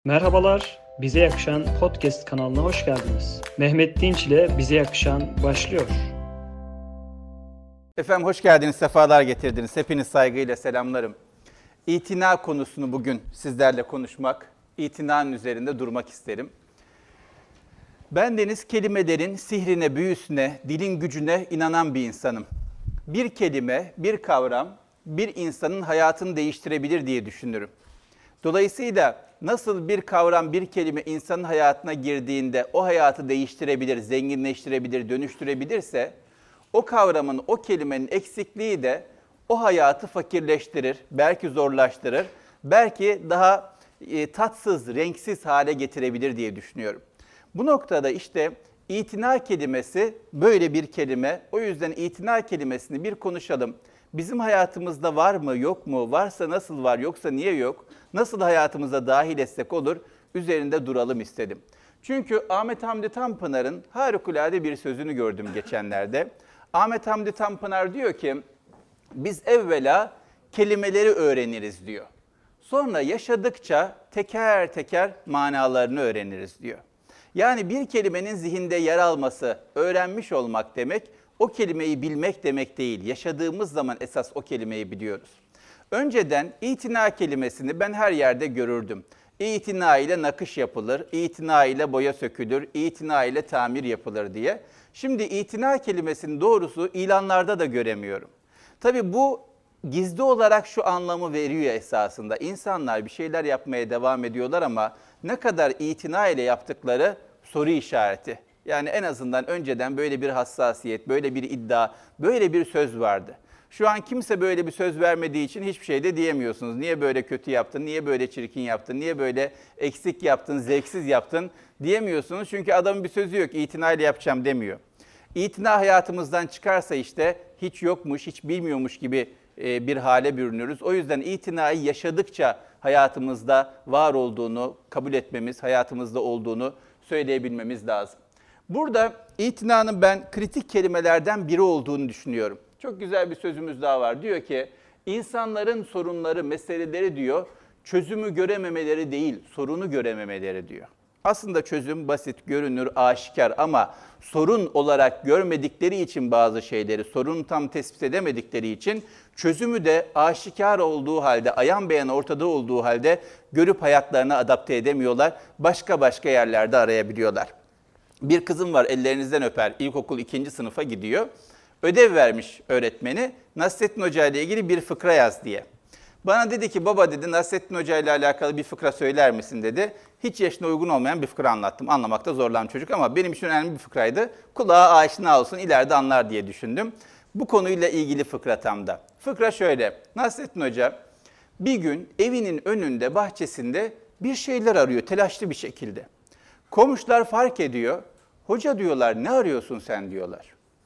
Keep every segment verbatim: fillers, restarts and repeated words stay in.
Merhabalar, Bize Yakışan Podcast kanalına hoş geldiniz. Mehmet Dinç ile Bize Yakışan başlıyor. Efendim hoş geldiniz, sefalar getirdiniz. Hepiniz saygıyla selamlarım. İtina konusunu bugün sizlerle konuşmak, itinanın üzerinde durmak isterim. Bendeniz kelimelerin sihrine, büyüsüne, dilin gücüne inanan bir insanım. Bir kelime, bir kavram, bir insanın hayatını değiştirebilir diye düşünürüm. Dolayısıyla nasıl bir kavram, bir kelime insanın hayatına girdiğinde o hayatı değiştirebilir, zenginleştirebilir, dönüştürebilirse, o kavramın, o kelimenin eksikliği de o hayatı fakirleştirir, belki zorlaştırır, belki daha e, tatsız, renksiz hale getirebilir diye düşünüyorum. Bu noktada işte itina kelimesi böyle bir kelime. O yüzden itina kelimesini bir konuşalım. Bizim hayatımızda var mı, yok mu? Varsa nasıl var, yoksa niye yok? Nasıl hayatımıza dahil etsek olur? Üzerinde duralım istedim. Çünkü Ahmet Hamdi Tanpınar'ın harikulade bir sözünü gördüm geçenlerde. Ahmet Hamdi Tanpınar diyor ki, biz evvela kelimeleri öğreniriz diyor. Sonra yaşadıkça teker teker manalarını öğreniriz diyor. Yani bir kelimenin zihinde yer alması, öğrenmiş olmak demek, o kelimeyi bilmek demek değil. Yaşadığımız zaman esas o kelimeyi biliyoruz. Önceden itina kelimesini ben her yerde görürdüm. İtina ile nakış yapılır, itina ile boya sökülür, itina ile tamir yapılır diye. Şimdi itina kelimesinin doğrusu ilanlarda da göremiyorum. Tabii bu gizli olarak şu anlamı veriyor esasında. İnsanlar bir şeyler yapmaya devam ediyorlar ama ne kadar itina ile yaptıkları soru işareti. Yani en azından önceden böyle bir hassasiyet, böyle bir iddia, böyle bir söz vardı. Şu an kimse böyle bir söz vermediği için hiçbir şey de diyemiyorsunuz. Niye böyle kötü yaptın, niye böyle çirkin yaptın, niye böyle eksik yaptın, zevksiz yaptın diyemiyorsunuz. Çünkü adamın bir sözü yok, itinayla yapacağım demiyor. İtina hayatımızdan çıkarsa işte hiç yokmuş, hiç bilmiyormuş gibi bir hale bürünürüz. O yüzden itinayı yaşadıkça hayatımızda var olduğunu kabul etmemiz, hayatımızda olduğunu söyleyebilmemiz lazım. Burada itinanın ben kritik kelimelerden biri olduğunu düşünüyorum. Çok güzel bir sözümüz daha var. Diyor ki, insanların sorunları, meseleleri diyor, çözümü görememeleri değil, sorunu görememeleri diyor. Aslında çözüm basit, görünür, aşikar ama sorun olarak görmedikleri için bazı şeyleri, sorunu tam tespit edemedikleri için çözümü de aşikar olduğu halde, ayan beyan ortada olduğu halde görüp hayatlarına adapte edemiyorlar. Başka başka yerlerde arayabiliyorlar. Bir kızım var, ellerinizden öper, ilkokul ikinci sınıfa gidiyor. Ödev vermiş öğretmeni, Nasrettin Hoca ile ilgili bir fıkra yaz diye. Bana dedi ki, baba dedi, Nasrettin Hoca ile alakalı bir fıkra söyler misin dedi. Hiç yaşına uygun olmayan bir fıkra anlattım. Anlamakta zorlanan çocuk ama benim için önemli bir fıkraydı. Kulağa aşina olsun, ileride anlar diye düşündüm. Bu konuyla ilgili fıkra tam da. Fıkra şöyle, Nasrettin Hoca bir gün evinin önünde, bahçesinde bir şeyler arıyor telaşlı bir şekilde. Komşular fark ediyor. Hoca diyorlar, ne arıyorsun sen diyorlar.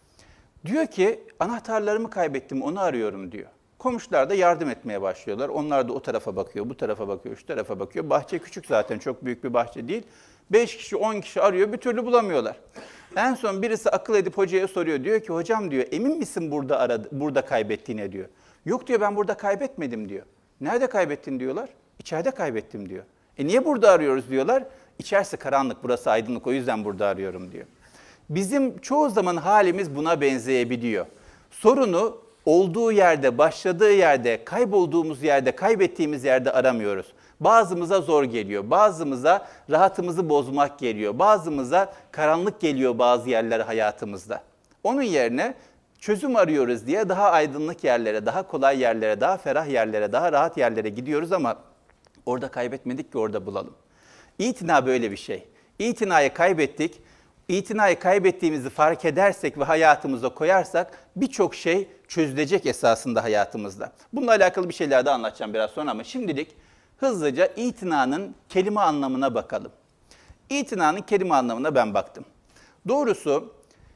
Diyor ki, anahtarlarımı kaybettim, onu arıyorum diyor. Komşular da yardım etmeye başlıyorlar. Onlar da o tarafa bakıyor, bu tarafa bakıyor, şu tarafa bakıyor. Bahçe küçük zaten, çok büyük bir bahçe değil. Beş kişi, on kişi arıyor, bir türlü bulamıyorlar. En son birisi akıl edip hocaya soruyor. Diyor ki, hocam diyor, emin misin burada aradı, burada kaybettiğine diyor. Yok diyor, ben burada kaybetmedim diyor. Nerede kaybettin diyorlar. İçeride kaybettim diyor. E niye burada arıyoruz diyorlar. İçerisi karanlık, burası aydınlık, o yüzden burada arıyorum diyor. Bizim çoğu zaman halimiz buna benzeyebiliyor. Sorunu olduğu yerde, başladığı yerde, kaybolduğumuz yerde, kaybettiğimiz yerde aramıyoruz. Bazımıza zor geliyor, bazımıza rahatımızı bozmak geliyor, bazımıza karanlık geliyor bazı yerler hayatımızda. Onun yerine çözüm arıyoruz diye daha aydınlık yerlere, daha kolay yerlere, daha ferah yerlere, daha rahat yerlere gidiyoruz ama orada kaybetmedik ki orada bulalım. İtina böyle bir şey. İtinayı kaybettik. İtinayı kaybettiğimizi fark edersek ve hayatımıza koyarsak birçok şey çözülecek esasında hayatımızda. Bununla alakalı bir şeyler de anlatacağım biraz sonra ama şimdilik hızlıca itinanın kelime anlamına bakalım. İtinanın kelime anlamına ben baktım. Doğrusu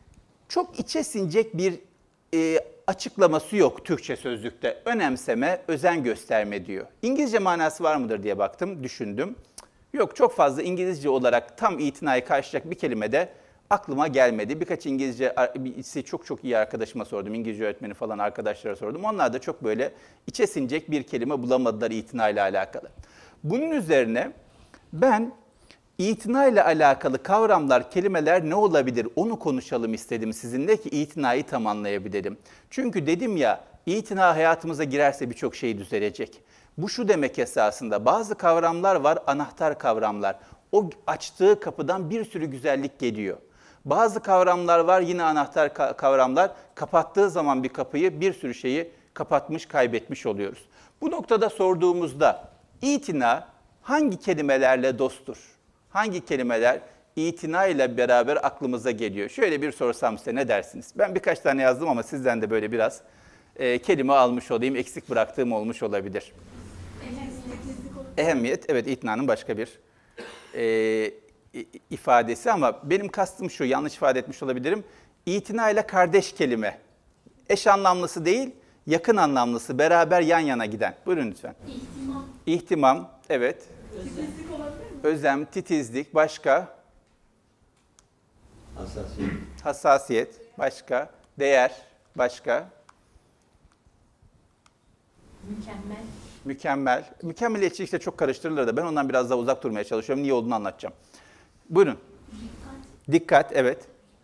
çok içe sinecek bir e, açıklaması yok Türkçe sözlükte. Önemseme, özen gösterme diyor. İngilizce manası var mıdır diye baktım, düşündüm. Yok, çok fazla İngilizce olarak tam itinayı karşılayacak bir kelime de aklıma gelmedi. Birkaç İngilizce çok çok iyi arkadaşıma sordum. İngilizce öğretmeni falan arkadaşlara sordum. Onlar da çok böyle içe sinecek bir kelime bulamadılar itinayla alakalı. Bunun üzerine Ben itina ile alakalı kavramlar, kelimeler ne olabilir onu konuşalım istedim sizinle ki itinayı tam anlayabilelim. Çünkü dedim ya, itina hayatımıza girerse birçok şey düzelecek. Bu şu demek esasında, bazı kavramlar var, anahtar kavramlar. O açtığı kapıdan bir sürü güzellik geliyor. Bazı kavramlar var, yine anahtar kavramlar, kapattığı zaman bir kapıyı, bir sürü şeyi kapatmış, kaybetmiş oluyoruz. Bu noktada sorduğumuzda itina hangi kelimelerle dosttur? Hangi kelimeler itina ile beraber aklımıza geliyor? Şöyle bir sorsam size ne dersiniz? Ben birkaç tane yazdım ama sizden de böyle biraz e, kelime almış olayım, eksik bıraktığım olmuş olabilir. Ehemmiyet, evet, itinanın başka bir e, ifadesi ama benim kastım şu, yanlış ifade etmiş olabilirim. İtina ile kardeş kelime. Eş anlamlısı değil, yakın anlamlısı, beraber yan yana giden. Buyurun lütfen. İhtimam. İhtimam, evet. Titizlik olabilir mi? Özlem, titizlik, başka? Hassasiyet. Hassasiyet, başka? Değer, başka? Mükemmel. Mükemmel. Mükemmeliyetçilik işte çok karıştırılır da ben ondan biraz daha uzak durmaya çalışıyorum. Niye olduğunu anlatacağım. Buyurun. Dikkat. Dikkat, evet.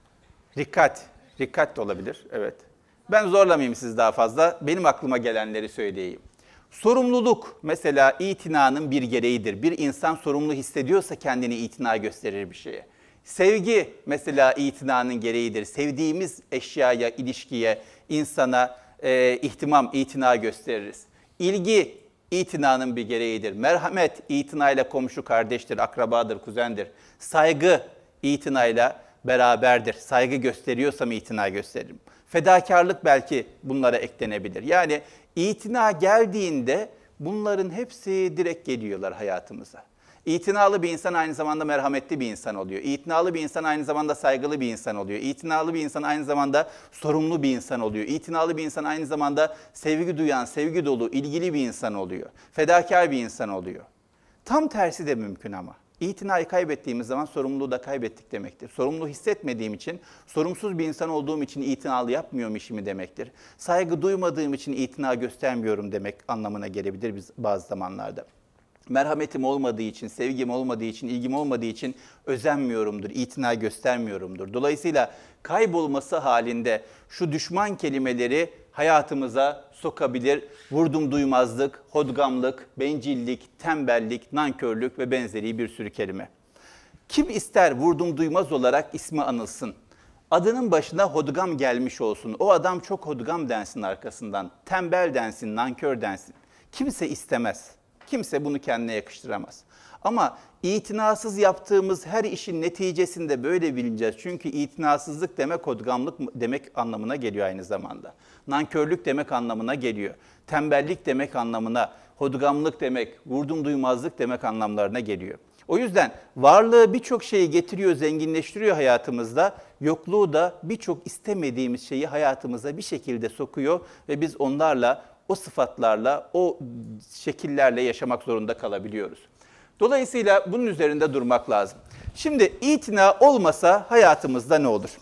Dikkat. Dikkat de olabilir, evet. Ben zorlamayayım sizi daha fazla. Benim aklıma gelenleri söyleyeyim. Sorumluluk mesela itinanın bir gereğidir. Bir insan sorumlu hissediyorsa kendini itina gösterir bir şeye. Sevgi mesela itinanın gereğidir. Sevdiğimiz eşyaya, ilişkiye, insana e, ihtimam, itina gösteririz. İlgi itinanın bir gereğidir. Merhamet itinayla komşu kardeştir, akrabadır, kuzendir. Saygı itinayla beraberdir. Saygı gösteriyorsam itina gösteririm. Fedakarlık belki bunlara eklenebilir. Yani itina geldiğinde bunların hepsi direkt geliyorlar hayatımıza. İtinalı bir insan aynı zamanda merhametli bir insan oluyor. İtinalı bir insan aynı zamanda saygılı bir insan oluyor. İtinalı bir insan aynı zamanda sorumlu bir insan oluyor. İtinalı bir insan aynı zamanda sevgi duyan, sevgi dolu, ilgili bir insan oluyor. Fedakar bir insan oluyor. Tam tersi de mümkün ama. İtinayı kaybettiğimiz zaman sorumluluğu da kaybettik demektir. Sorumluluğu hissetmediğim için, sorumsuz bir insan olduğum için itinalı yapmıyorum işimi demektir. Saygı duymadığım için itina göstermiyorum demek anlamına gelebilir bazı zamanlarda. Merhametim olmadığı için, sevgim olmadığı için, ilgim olmadığı için özenmiyorumdur, itina göstermiyorumdur. Dolayısıyla kaybolması halinde şu düşman kelimeleri hayatımıza sokabilir. Vurdum duymazlık, hodgamlık, bencillik, tembellik, nankörlük ve benzeri bir sürü kelime. Kim ister vurdum duymaz olarak ismi anılsın. Adının başına hodgam gelmiş olsun. O adam çok hodgam densin arkasından. Tembel densin, nankör densin. Kimse istemez. Kimse bunu kendine yakıştıramaz. Ama itinasız yaptığımız her işin neticesinde böyle bileceğiz. Çünkü itinasızlık demek hodgamlık demek anlamına geliyor aynı zamanda. Nankörlük demek anlamına geliyor. Tembellik demek anlamına, hodgamlık demek, vurdum duymazlık demek anlamlarına geliyor. O yüzden varlığı birçok şeyi getiriyor, zenginleştiriyor hayatımızda. Yokluğu da birçok istemediğimiz şeyi hayatımıza bir şekilde sokuyor ve biz onlarla, o sıfatlarla, o şekillerle yaşamak zorunda kalabiliyoruz. Dolayısıyla bunun üzerinde durmak lazım. Şimdi itina olmasa hayatımızda ne olur?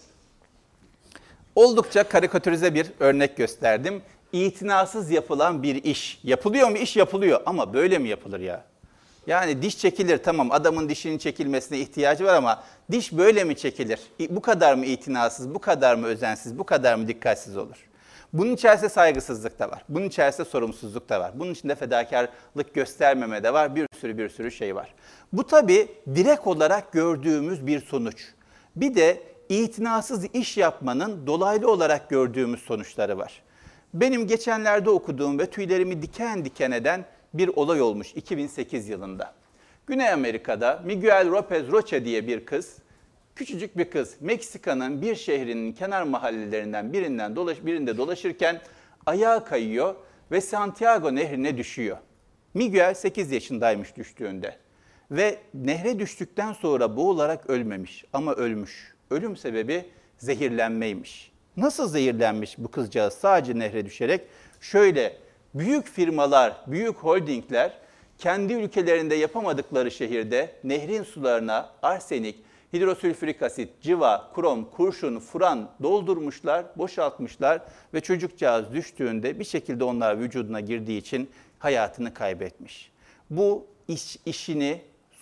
Oldukça karikatürize bir örnek gösterdim. İtinasız yapılan bir iş. Yapılıyor mu? İş yapılıyor ama böyle mi yapılır ya? Yani diş çekilir, tamam, adamın dişinin çekilmesine ihtiyacı var ama diş böyle mi çekilir? Bu kadar mı itinasız, bu kadar mı özensiz, bu kadar mı dikkatsiz olur? Bunun içerisinde saygısızlık da var. Bunun içerisinde sorumsuzluk da var. Bunun içinde fedakarlık göstermeme de var. Bir sürü bir sürü şey var. Bu tabii direkt olarak gördüğümüz bir sonuç. Bir de itinasız iş yapmanın dolaylı olarak gördüğümüz sonuçları var. Benim geçenlerde okuduğum ve tüylerimi diken diken eden bir olay olmuş iki bin sekiz yılında. Güney Amerika'da Miguel Lopez Rocha diye bir kız, küçücük bir kız, Meksika'nın bir şehrinin kenar mahallelerinden birinden dolaş, birinde dolaşırken ayağa kayıyor ve Santiago nehrine düşüyor. Miguel sekiz yaşındaymış düştüğünde ve nehre düştükten sonra boğularak ölmemiş ama ölmüş. Ölüm sebebi zehirlenmeymiş. Nasıl zehirlenmiş bu kızcağız sadece nehre düşerek? Şöyle, büyük firmalar, büyük holdingler kendi ülkelerinde yapamadıkları şehirde nehrin sularına arsenik, hidrosülfürik asit, civa, krom, kurşun, furan doldurmuşlar, boşaltmışlar ve çocukcağız düştüğünde bir şekilde onlar vücuduna girdiği için hayatını kaybetmiş. Bu iş, işini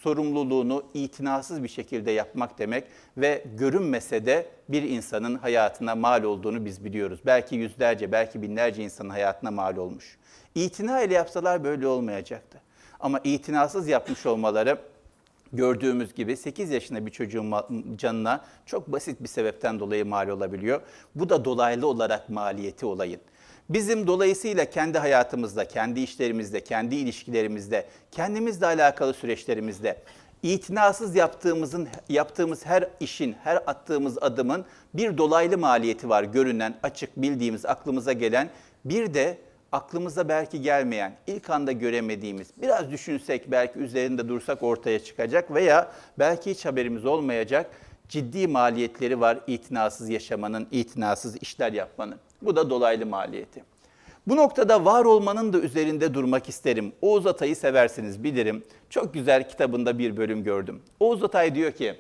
sorumluluğunu itinasız bir şekilde yapmak demek ve görünmese de bir insanın hayatına mal olduğunu biz biliyoruz. Belki yüzlerce, belki binlerce insanın hayatına mal olmuş. İtina ile yapsalar böyle olmayacaktı. Ama itinasız yapmış olmaları gördüğümüz gibi sekiz yaşında bir çocuğun canına çok basit bir sebepten dolayı mal olabiliyor. Bu da dolaylı olarak maliyeti olayın. Bizim dolayısıyla kendi hayatımızda, kendi işlerimizde, kendi ilişkilerimizde, kendimizle alakalı süreçlerimizde itinasız yaptığımızın yaptığımız her işin, her attığımız adımın bir dolaylı maliyeti var. Görünen, açık, bildiğimiz, aklımıza gelen, bir de aklımıza belki gelmeyen, ilk anda göremediğimiz, biraz düşünsek belki üzerinde dursak ortaya çıkacak veya belki hiç haberimiz olmayacak ciddi maliyetleri var itinasız yaşamanın, itinasız işler yapmanın. Bu da dolaylı maliyeti. Bu noktada var olmanın da üzerinde durmak isterim. Oğuz Atay'ı seversiniz, bilirim. Çok güzel kitabında bir bölüm gördüm. Oğuz Atay diyor ki,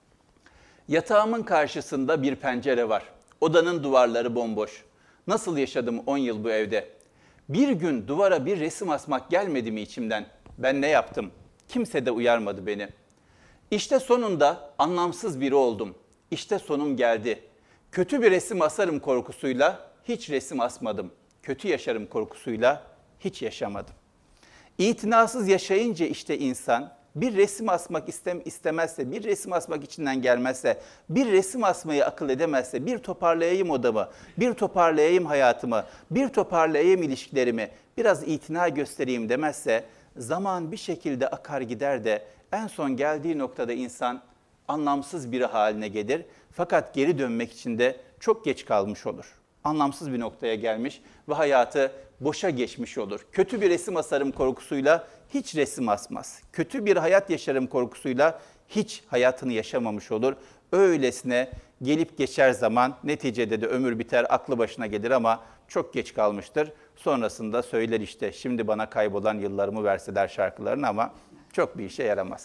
yatağımın karşısında bir pencere var. Odanın duvarları bomboş. Nasıl yaşadım on yıl bu evde? Bir gün duvara bir resim asmak gelmedi mi içimden? Ben ne yaptım? Kimse de uyarmadı beni. İşte sonunda anlamsız biri oldum. İşte sonum geldi. Kötü bir resim asarım korkusuyla hiç resim asmadım. Kötü yaşarım korkusuyla hiç yaşamadım. İtinasız yaşayınca işte insan bir resim asmak istem istemezse, bir resim asmak içinden gelmezse, bir resim asmayı akıl edemezse, bir toparlayayım odamı, bir toparlayayım hayatımı, bir toparlayayım ilişkilerimi, biraz itina göstereyim demezse, zaman bir şekilde akar gider de en son geldiği noktada insan anlamsız biri haline gelir. Fakat geri dönmek için de çok geç kalmış olur. Anlamsız bir noktaya gelmiş ve hayatı boşa geçmiş olur. Kötü bir resim asarım korkusuyla hiç resim asmaz. Kötü bir hayat yaşarım korkusuyla hiç hayatını yaşamamış olur. Öylesine gelip geçer zaman, neticede de ömür biter, aklı başına gelir ama çok geç kalmıştır. Sonrasında söyler işte, şimdi bana kaybolan yıllarımı verseler şarkılarını, ama çok bir işe yaramaz.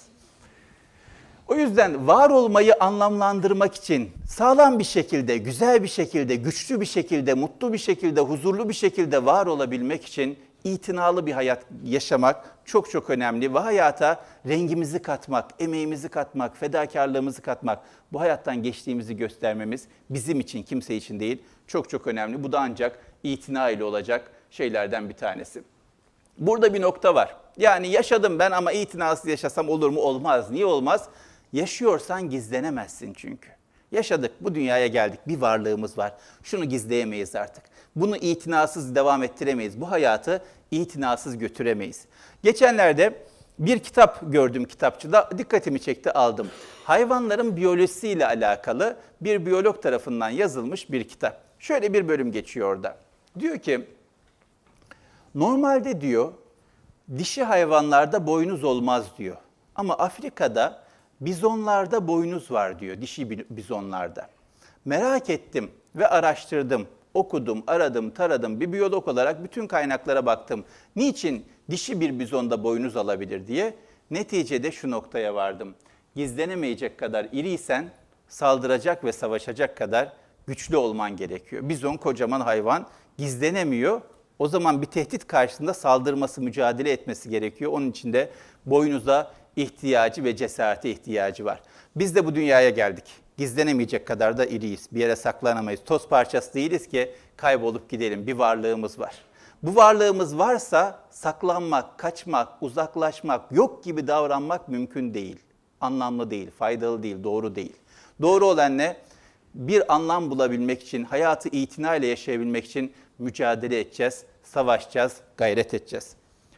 O yüzden var olmayı anlamlandırmak için sağlam bir şekilde, güzel bir şekilde, güçlü bir şekilde, mutlu bir şekilde, huzurlu bir şekilde var olabilmek için itinalı bir hayat yaşamak çok çok önemli ve hayata rengimizi katmak, emeğimizi katmak, fedakarlığımızı katmak, bu hayattan geçtiğimizi göstermemiz bizim için, kimse için değil, çok çok önemli. Bu da ancak itina ile olacak şeylerden bir tanesi. Burada bir nokta var. Yani yaşadım ben ama itinasız yaşasam olur mu? Olmaz. Niye olmaz? Yaşıyorsan gizlenemezsin çünkü. Yaşadık, bu dünyaya geldik, bir varlığımız var. Şunu gizleyemeyiz artık. Bunu itinasız devam ettiremeyiz. Bu hayatı itinasız götüremeyiz. Geçenlerde bir kitap gördüm kitapçıda, dikkatimi çekti, aldım. Hayvanların biyolojisiyle alakalı bir biyolog tarafından yazılmış bir kitap. Şöyle bir bölüm geçiyor orada. Diyor ki, normalde diyor, dişi hayvanlarda boynuz olmaz diyor. Ama Afrika'da bizonlarda boynuz var diyor, dişi bizonlarda. Merak ettim ve araştırdım, okudum, aradım, taradım. Bir biyolog olarak bütün kaynaklara baktım. Niçin dişi bir bizonda boynuz alabilir diye. Neticede şu noktaya vardım. Gizlenemeyecek kadar iriysen saldıracak ve savaşacak kadar güçlü olman gerekiyor. Bizon kocaman hayvan, gizlenemiyor. O zaman bir tehdit karşısında saldırması, mücadele etmesi gerekiyor. Onun için de boynuza ihtiyacı ve cesarete ihtiyacı var. Biz de bu dünyaya geldik. Gizlenemeyecek kadar da iriyiz. Bir yere saklanamayız. Toz parçası değiliz ki kaybolup gidelim. Bir varlığımız var. Bu varlığımız varsa saklanmak, kaçmak, uzaklaşmak, yok gibi davranmak mümkün değil. Anlamlı değil, faydalı değil, doğru değil. Doğru olan ne? Bir anlam bulabilmek için, hayatı itina ile yaşayabilmek için mücadele edeceğiz, savaşacağız, gayret edeceğiz.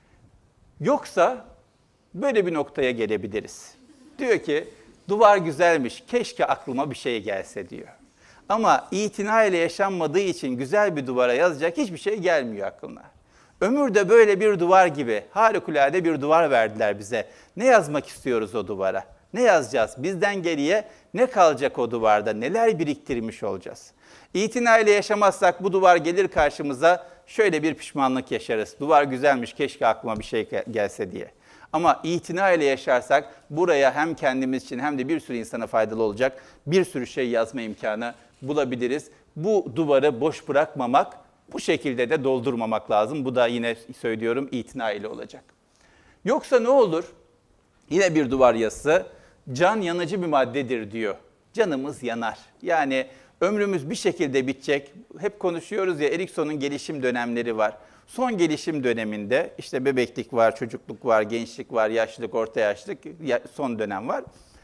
Yoksa böyle bir noktaya gelebiliriz. Diyor ki, duvar güzelmiş, keşke aklıma bir şey gelse diyor. Ama itina ile yaşanmadığı için güzel bir duvara yazacak hiçbir şey gelmiyor aklına. Ömürde böyle bir duvar gibi, harikulade bir duvar verdiler bize. Ne yazmak istiyoruz o duvara? Ne yazacağız? Bizden geriye ne kalacak o duvarda? Neler biriktirmiş olacağız? İtina ile yaşamazsak bu duvar gelir karşımıza, şöyle bir pişmanlık yaşarız. Duvar güzelmiş, keşke aklıma bir şey gelse diye. Ama itina ile yaşarsak buraya hem kendimiz için hem de bir sürü insana faydalı olacak bir sürü şey yazma imkanı bulabiliriz. Bu duvarı boş bırakmamak, bu şekilde de doldurmamak lazım. Bu da yine söylüyorum itina ile olacak. Yoksa ne olur? Yine bir duvar yazısı, can yanıcı bir maddedir diyor. Canımız yanar. Yani ömrümüz bir şekilde bitecek. Hep konuşuyoruz ya, Erikson'un gelişim dönemleri var. Son gelişim döneminde işte bebeklik var, çocukluk var, gençlik var, yaşlılık, orta yaşlılık, son dönem var.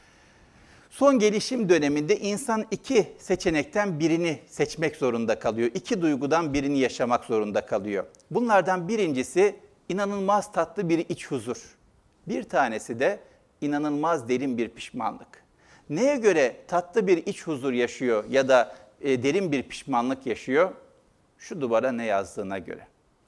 Son gelişim döneminde insan iki seçenekten birini seçmek zorunda kalıyor. İki duygudan birini yaşamak zorunda kalıyor. Bunlardan birincisi inanılmaz tatlı bir iç huzur. Bir tanesi de inanılmaz derin bir pişmanlık. Neye göre tatlı bir iç huzur yaşıyor ya da e, derin bir pişmanlık yaşıyor? Şu duvara ne yazdığına göre.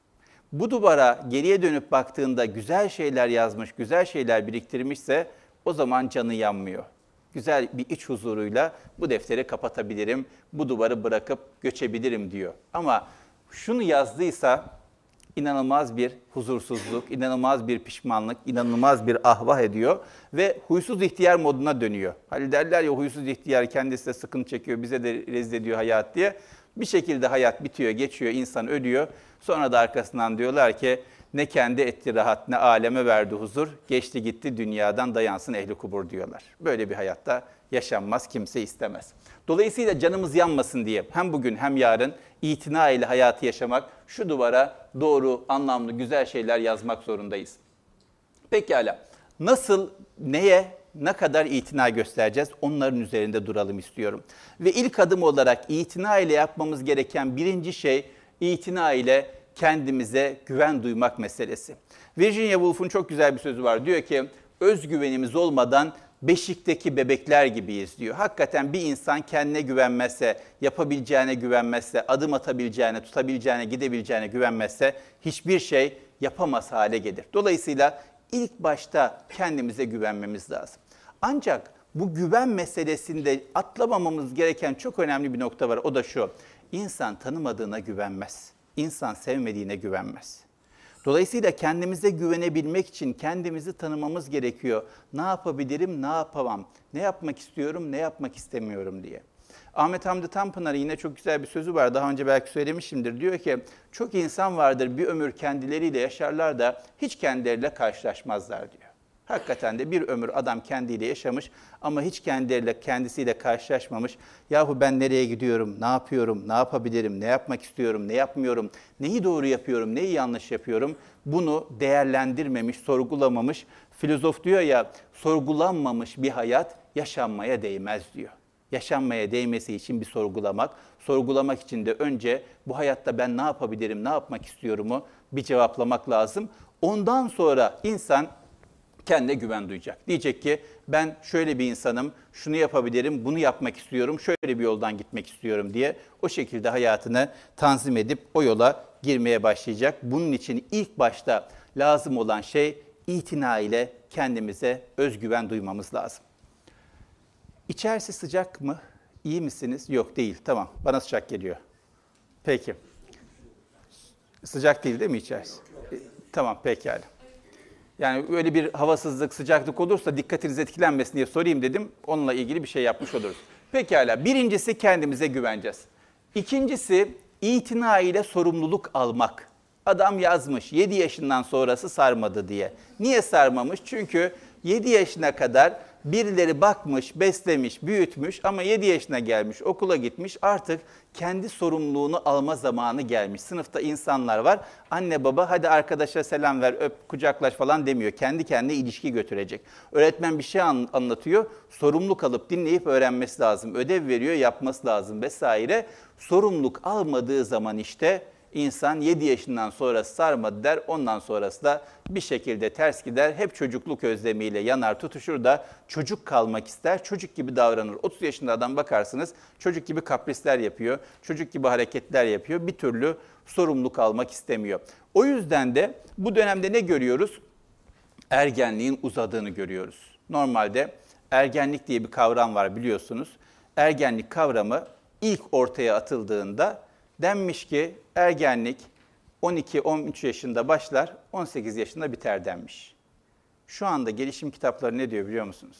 Bu duvara geriye dönüp baktığında güzel şeyler yazmış, güzel şeyler biriktirmişse o zaman canı yanmıyor. Güzel bir iç huzuruyla bu defteri kapatabilirim, bu duvarı bırakıp göçebilirim diyor. Ama şunu yazdıysa inanılmaz bir huzursuzluk, inanılmaz bir pişmanlık, inanılmaz bir ahvah ediyor ve huysuz ihtiyar moduna dönüyor. Hani derler ya, huysuz ihtiyar kendisi de sıkıntı çekiyor, bize de rezil ediyor hayat diye. Bir şekilde hayat bitiyor, geçiyor, insan ölüyor. Sonra da arkasından diyorlar ki ne kendi etti rahat, ne aleme verdi huzur, geçti gitti dünyadan dayansın ehli kubur diyorlar. Böyle bir hayatta yaşanmaz, kimse istemez. Dolayısıyla canımız yanmasın diye hem bugün hem yarın itina ile hayatı yaşamak, şu duvara doğru, anlamlı, güzel şeyler yazmak zorundayız. Pekala, nasıl, neye, ne kadar itina göstereceğiz? Onların üzerinde duralım istiyorum. Ve ilk adım olarak itina ile yapmamız gereken birinci şey, itina ile kendimize güven duymak meselesi. Virginia Woolf'un çok güzel bir sözü var. Diyor ki, özgüvenimiz olmadan beşikteki bebekler gibiyiz diyor. Hakikaten bir insan kendine güvenmezse, yapabileceğine güvenmezse, adım atabileceğine, tutabileceğine, gidebileceğine güvenmezse hiçbir şey yapamaz hale gelir. Dolayısıyla ilk başta kendimize güvenmemiz lazım. Ancak bu güven meselesinde atlamamamız gereken çok önemli bir nokta var. O da şu: İnsan tanımadığına güvenmez. İnsan sevmediğine güvenmez. Dolayısıyla kendimize güvenebilmek için kendimizi tanımamız gerekiyor. Ne yapabilirim, ne yapamam, ne yapmak istiyorum, ne yapmak istemiyorum diye. Ahmet Hamdi Tanpınar'ın yine çok güzel bir sözü var. Daha önce belki söylemişimdir. Diyor ki, çok insan vardır bir ömür kendileriyle yaşarlar da hiç kendileriyle karşılaşmazlar diyor. Hakikaten de bir ömür adam kendiyle yaşamış ama hiç kendileriyle, kendisiyle karşılaşmamış. Yahu ben nereye gidiyorum, ne yapıyorum, ne yapabilirim, ne yapmak istiyorum, ne yapmıyorum, neyi doğru yapıyorum, neyi yanlış yapıyorum, bunu değerlendirmemiş, sorgulamamış. Filozof diyor ya, sorgulanmamış bir hayat yaşanmaya değmez diyor. Yaşanmaya değmesi için bir sorgulamak, sorgulamak için de önce bu hayatta ben ne yapabilirim, ne yapmak istiyorumu bir cevaplamak lazım. Ondan sonra insan kendine güven duyacak. Diyecek ki ben şöyle bir insanım, şunu yapabilirim, bunu yapmak istiyorum, şöyle bir yoldan gitmek istiyorum diye o şekilde hayatını tanzim edip o yola girmeye başlayacak. Bunun için ilk başta lazım olan şey itina ile kendimize özgüven duymamız lazım. İçerisi sıcak mı? İyi misiniz? Yok, değil. Tamam. Bana sıcak geliyor. Peki. Sıcak değil değil mi içerisi? E, tamam, pekala. Yani öyle bir havasızlık, sıcaklık olursa dikkatiniz etkilenmesin diye sorayım dedim. Onunla ilgili bir şey yapmış oluruz. Pekala. Birincisi kendimize güveneceğiz. İkincisi itina ile sorumluluk almak. Adam yazmış yedi yaşından sonrası sarmadı diye. Niye sarmamış? Çünkü yedi yaşına kadar birileri bakmış, beslemiş, büyütmüş ama yedi yaşına gelmiş, okula gitmiş, artık kendi sorumluluğunu alma zamanı gelmiş. Sınıfta insanlar var, anne baba hadi arkadaşa selam ver, öp, kucaklaş falan demiyor. Kendi kendine ilişki götürecek. Öğretmen bir şey anlatıyor, sorumluluk alıp dinleyip öğrenmesi lazım. Ödev veriyor, yapması lazım vesaire. Sorumluluk almadığı zaman işte İnsan yedi yaşından sonrası sarmadı der, ondan sonrası da bir şekilde ters gider. Hep çocukluk özlemiyle yanar tutuşur da çocuk kalmak ister, çocuk gibi davranır. otuz yaşında adam bakarsınız, çocuk gibi kaprisler yapıyor, çocuk gibi hareketler yapıyor. Bir türlü sorumluluk almak istemiyor. O yüzden de bu dönemde ne görüyoruz? Ergenliğin uzadığını görüyoruz. Normalde ergenlik diye bir kavram var biliyorsunuz. Ergenlik kavramı ilk ortaya atıldığında denmiş ki ergenlik on iki on üç yaşında başlar, on sekiz yaşında biter denmiş. Şu anda gelişim kitapları ne diyor biliyor musunuz?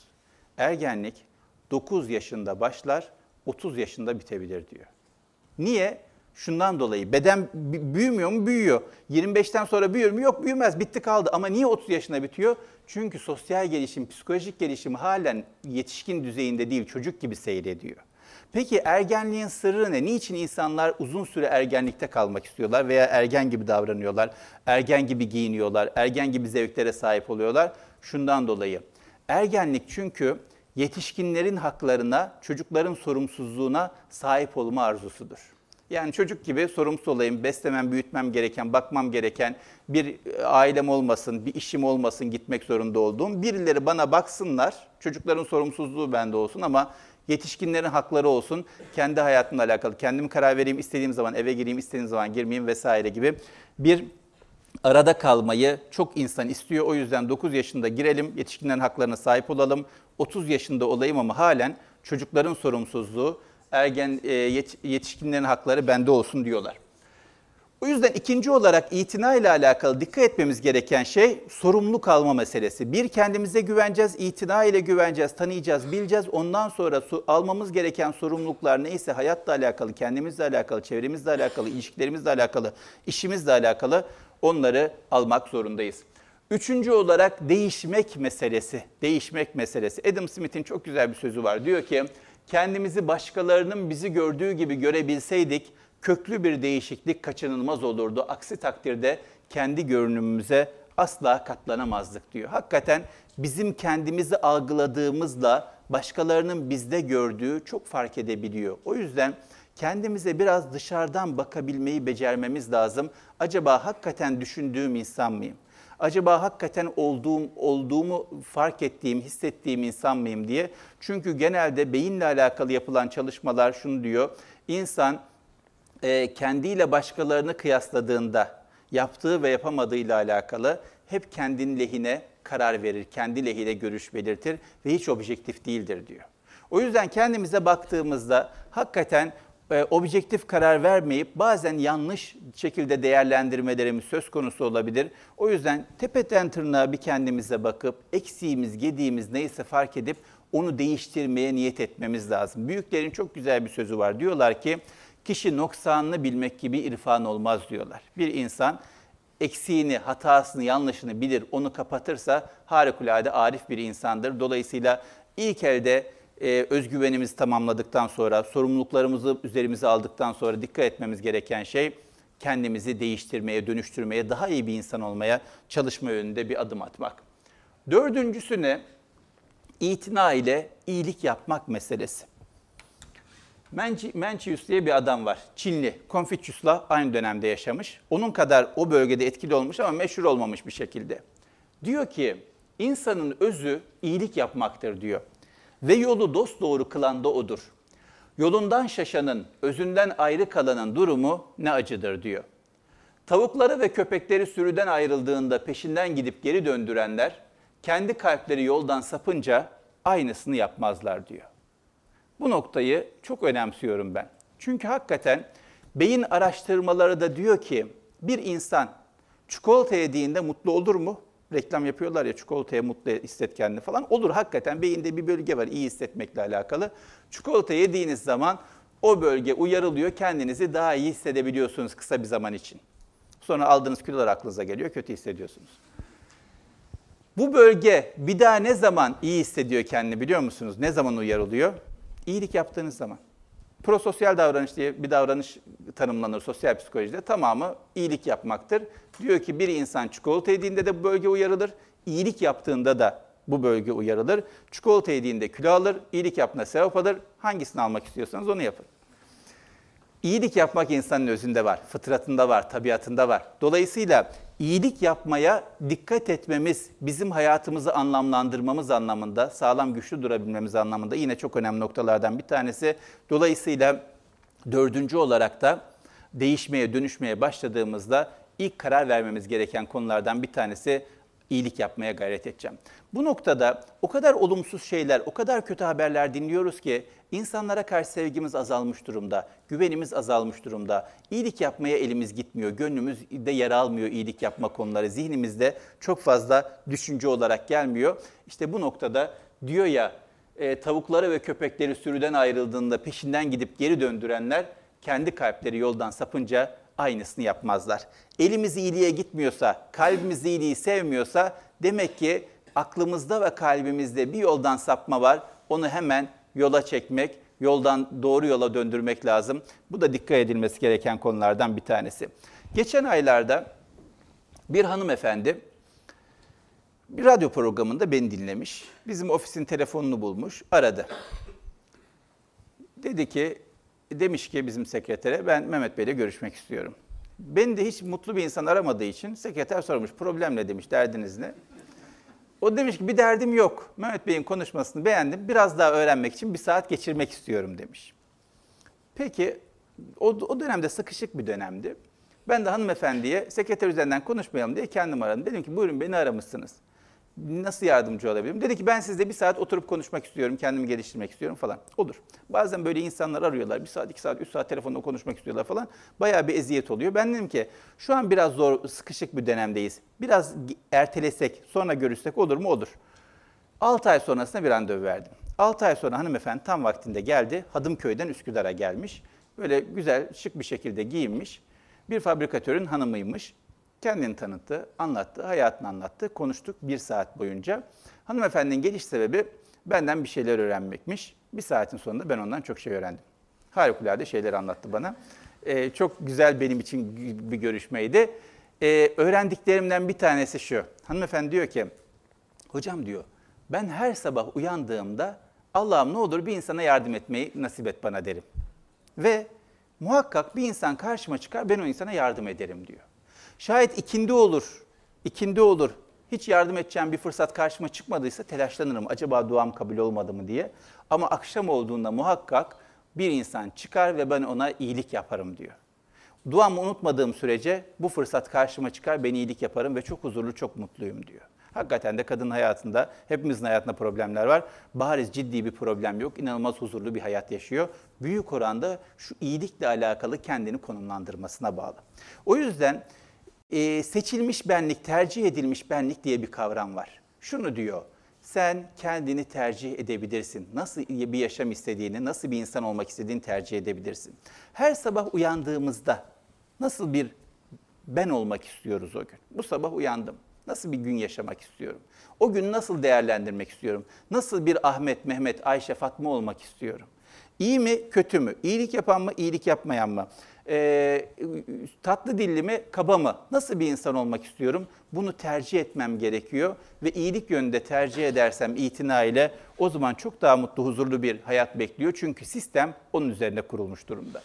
Ergenlik dokuz yaşında başlar, otuz yaşında bitebilir diyor. Niye? Şundan dolayı beden büyümüyor mu? Büyüyor. yirmi beşten sonra büyür mü? Yok, büyümez, bitti kaldı. Ama niye otuz yaşına bitiyor? Çünkü sosyal gelişim, psikolojik gelişim halen yetişkin düzeyinde değil, çocuk gibi seyrediyor. Peki ergenliğin sırrı ne? Niçin insanlar uzun süre ergenlikte kalmak istiyorlar veya ergen gibi davranıyorlar, ergen gibi giyiniyorlar, ergen gibi zevklere sahip oluyorlar? Şundan dolayı. Ergenlik çünkü yetişkinlerin haklarına, çocukların sorumsuzluğuna sahip olma arzusudur. Yani çocuk gibi sorumsuz olayım, beslemem, büyütmem gereken, bakmam gereken bir ailem olmasın, bir işim olmasın, gitmek zorunda olduğum. Birileri bana baksınlar, çocukların sorumsuzluğu bende olsun ama yetişkinlerin hakları olsun, kendi hayatımla alakalı, kendim karar vereyim, istediğim zaman eve gireyim, istediğim zaman girmeyeyim vesaire gibi bir arada kalmayı çok insan istiyor. O yüzden dokuz yaşında girelim, yetişkinlerin haklarına sahip olalım, otuz yaşında olayım ama halen çocukların sorumsuzluğu, ergen yetişkinlerin hakları bende olsun diyorlar. O yüzden ikinci olarak itina ile alakalı dikkat etmemiz gereken şey sorumluluk alma meselesi. Bir, kendimize güveneceğiz, itina ile güveneceğiz, tanıyacağız, bileceğiz. Ondan sonra almamız gereken sorumluluklar neyse hayatla alakalı, kendimizle alakalı, çevremizle alakalı, ilişkilerimizle alakalı, işimizle alakalı onları almak zorundayız. Üçüncü olarak değişmek meselesi. Değişmek meselesi. Adam Smith'in çok güzel bir sözü var. Diyor ki, kendimizi başkalarının bizi gördüğü gibi görebilseydik, köklü bir değişiklik kaçınılmaz olurdu. Aksi takdirde kendi görünümümüze asla katlanamazdık diyor. Hakikaten bizim kendimizi algıladığımızla başkalarının bizde gördüğü çok fark edebiliyor. O yüzden kendimize biraz dışarıdan bakabilmeyi becermemiz lazım. Acaba hakikaten düşündüğüm insan mıyım? Acaba hakikaten olduğum, olduğumu fark ettiğim, hissettiğim insan mıyım diye. Çünkü genelde beyinle alakalı yapılan çalışmalar şunu diyor. İnsan e, kendiyle başkalarını kıyasladığında yaptığı ve yapamadığıyla alakalı hep kendinin lehine karar verir, kendi lehine görüş belirtir ve hiç objektif değildir diyor. O yüzden kendimize baktığımızda hakikaten e, objektif karar vermeyip bazen yanlış şekilde değerlendirmelerimiz söz konusu olabilir. O yüzden tepeden tırnağa bir kendimize bakıp eksiğimiz, gediğimiz neyse fark edip onu değiştirmeye niyet etmemiz lazım. Büyüklerin çok güzel bir sözü var. Diyorlar ki kişi noksanını bilmek gibi irfan olmaz diyorlar. Bir insan eksiğini, hatasını, yanlışını bilir, onu kapatırsa harikulade arif bir insandır. Dolayısıyla ilk elde e, özgüvenimizi tamamladıktan sonra, sorumluluklarımızı üzerimize aldıktan sonra dikkat etmemiz gereken şey kendimizi değiştirmeye, dönüştürmeye, daha iyi bir insan olmaya çalışma yönünde bir adım atmak. Dördüncüsü ne? İtina ile iyilik yapmak meselesi. Mencius diye bir adam var. Çinli. Confucius'la aynı dönemde yaşamış. Onun kadar o bölgede etkili olmuş ama meşhur olmamış bir şekilde. Diyor ki, insanın özü iyilik yapmaktır diyor. Ve yolu dosdoğru kılan da odur. Yolundan şaşanın, özünden ayrı kalanın durumu ne acıdır diyor. Tavukları ve köpekleri sürüden ayrıldığında peşinden gidip geri döndürenler, kendi kalpleri yoldan sapınca aynısını yapmazlar diyor. Bu noktayı çok önemsiyorum ben. Çünkü hakikaten beyin araştırmaları da diyor ki bir insan çikolata yediğinde mutlu olur mu? Reklam yapıyorlar ya, çikolataya mutlu hisset kendini falan. Olur, hakikaten beyinde bir bölge var iyi hissetmekle alakalı. Çikolata yediğiniz zaman o bölge uyarılıyor, kendinizi daha iyi hissedebiliyorsunuz kısa bir zaman için. Sonra aldığınız kilolar aklınıza geliyor, kötü hissediyorsunuz. Bu bölge bir daha ne zaman iyi hissediyor kendini biliyor musunuz? Ne zaman uyarılıyor? İyilik yaptığınız zaman. Prososyal davranış diye bir davranış tanımlanır sosyal psikolojide. Tamamı iyilik yapmaktır. Diyor ki bir insan çikolata yediğinde de bu bölge uyarılır. İyilik yaptığında da bu bölge uyarılır. Çikolata yediğinde kilo alır, iyilik yaptığında sevap alır. Hangisini almak istiyorsanız onu yapın. İyilik yapmak insanın özünde var, fıtratında var, tabiatında var. Dolayısıyla iyilik yapmaya dikkat etmemiz, bizim hayatımızı anlamlandırmamız anlamında, sağlam güçlü durabilmemiz anlamında yine çok önemli noktalardan bir tanesi. Dolayısıyla dördüncü olarak da değişmeye, dönüşmeye başladığımızda ilk karar vermemiz gereken konulardan bir tanesi iyilik yapmaya gayret edeceğim. Bu noktada o kadar olumsuz şeyler, o kadar kötü haberler dinliyoruz ki insanlara karşı sevgimiz azalmış durumda, güvenimiz azalmış durumda. İyilik yapmaya elimiz gitmiyor, gönlümüzde yer almıyor iyilik yapma konuları, zihnimizde çok fazla düşünce olarak gelmiyor. İşte bu noktada diyor ya, e, tavukları ve köpekleri sürüden ayrıldığında peşinden gidip geri döndürenler kendi kalpleri yoldan sapınca aynısını yapmazlar. Elimiz iyiliğe gitmiyorsa, kalbimiz iyiliği sevmiyorsa demek ki aklımızda ve kalbimizde bir yoldan sapma var. Onu hemen yola çekmek, yoldan doğru yola döndürmek lazım. Bu da dikkat edilmesi gereken konulardan bir tanesi. Geçen aylarda bir hanımefendi bir radyo programında beni dinlemiş. Bizim ofisin telefonunu bulmuş, aradı. Dedi ki, demiş ki bizim sekretere, ben Mehmet Bey'le görüşmek istiyorum. Beni de hiç mutlu bir insan aramadığı için sekreter sormuş, problem ne demiş, derdiniz ne? O demiş ki bir derdim yok. Mehmet Bey'in konuşmasını beğendim. Biraz daha öğrenmek için bir saat geçirmek istiyorum demiş. Peki o, o dönemde sıkışık bir dönemdi. Ben de hanımefendiye sekreter üzerinden konuşmayalım diye kendim aradım. Dedim ki buyurun beni aramışsınız. Nasıl yardımcı olabilirim? Dedi ki ben sizle bir saat oturup konuşmak istiyorum, kendimi geliştirmek istiyorum falan. Olur. Bazen böyle insanlar arıyorlar. Bir saat, iki saat, üç saat telefonla konuşmak istiyorlar falan. Bayağı bir eziyet oluyor. Ben dedim ki şu an biraz zor, sıkışık bir dönemdeyiz. Biraz ertelesek, sonra görüşsek olur mu? Olur. altı ay sonrasında bir randevu verdim. altı ay sonra hanımefendi tam vaktinde geldi. Hadımköy'den Üsküdar'a gelmiş. Böyle güzel, şık bir şekilde giyinmiş. Bir fabrikatörün hanımıymış. Kendini tanıttı, anlattı, hayatını anlattı. Konuştuk bir saat boyunca. Hanımefendinin geliş sebebi benden bir şeyler öğrenmekmiş. Bir saatin sonunda ben ondan çok şey öğrendim. Harikulade şeyler anlattı bana. Ee, çok güzel benim için bir görüşmeydi. Ee, öğrendiklerimden bir tanesi şu. Hanımefendi diyor ki, hocam diyor, ben her sabah uyandığımda Allah'ım ne olur bir insana yardım etmeyi nasip et bana derim. Ve muhakkak bir insan karşıma çıkar, ben o insana yardım ederim diyor. Şayet ikindi olur, ikindi olur, hiç yardım edeceğim bir fırsat karşıma çıkmadıysa telaşlanırım. Acaba duam kabul olmadı mı diye. Ama akşam olduğunda muhakkak bir insan çıkar ve ben ona iyilik yaparım diyor. Duamı unutmadığım sürece bu fırsat karşıma çıkar, ben iyilik yaparım ve çok huzurlu, çok mutluyum diyor. Hakikaten de kadın hayatında, hepimizin hayatında problemler var. Bariz ciddi bir problem yok, inanılmaz huzurlu bir hayat yaşıyor. Büyük oranda şu iyilikle alakalı kendini konumlandırmasına bağlı. O yüzden Ee, seçilmiş benlik, tercih edilmiş benlik diye bir kavram var. Şunu diyor, sen kendini tercih edebilirsin. Nasıl bir yaşam istediğini, nasıl bir insan olmak istediğini tercih edebilirsin. Her sabah uyandığımızda nasıl bir ben olmak istiyoruz o gün? Bu sabah uyandım. Nasıl bir gün yaşamak istiyorum? O günü nasıl değerlendirmek istiyorum? Nasıl bir Ahmet, Mehmet, Ayşe, Fatma olmak istiyorum? İyi mi, kötü mü? İyilik yapan mı, iyilik yapmayan mı? Ee, tatlı dilli mi, kaba mı? Nasıl bir insan olmak istiyorum? Bunu tercih etmem gerekiyor. Ve iyilik yönünde tercih edersem itina ile o zaman çok daha mutlu, huzurlu bir hayat bekliyor. Çünkü sistem onun üzerine kurulmuş durumda.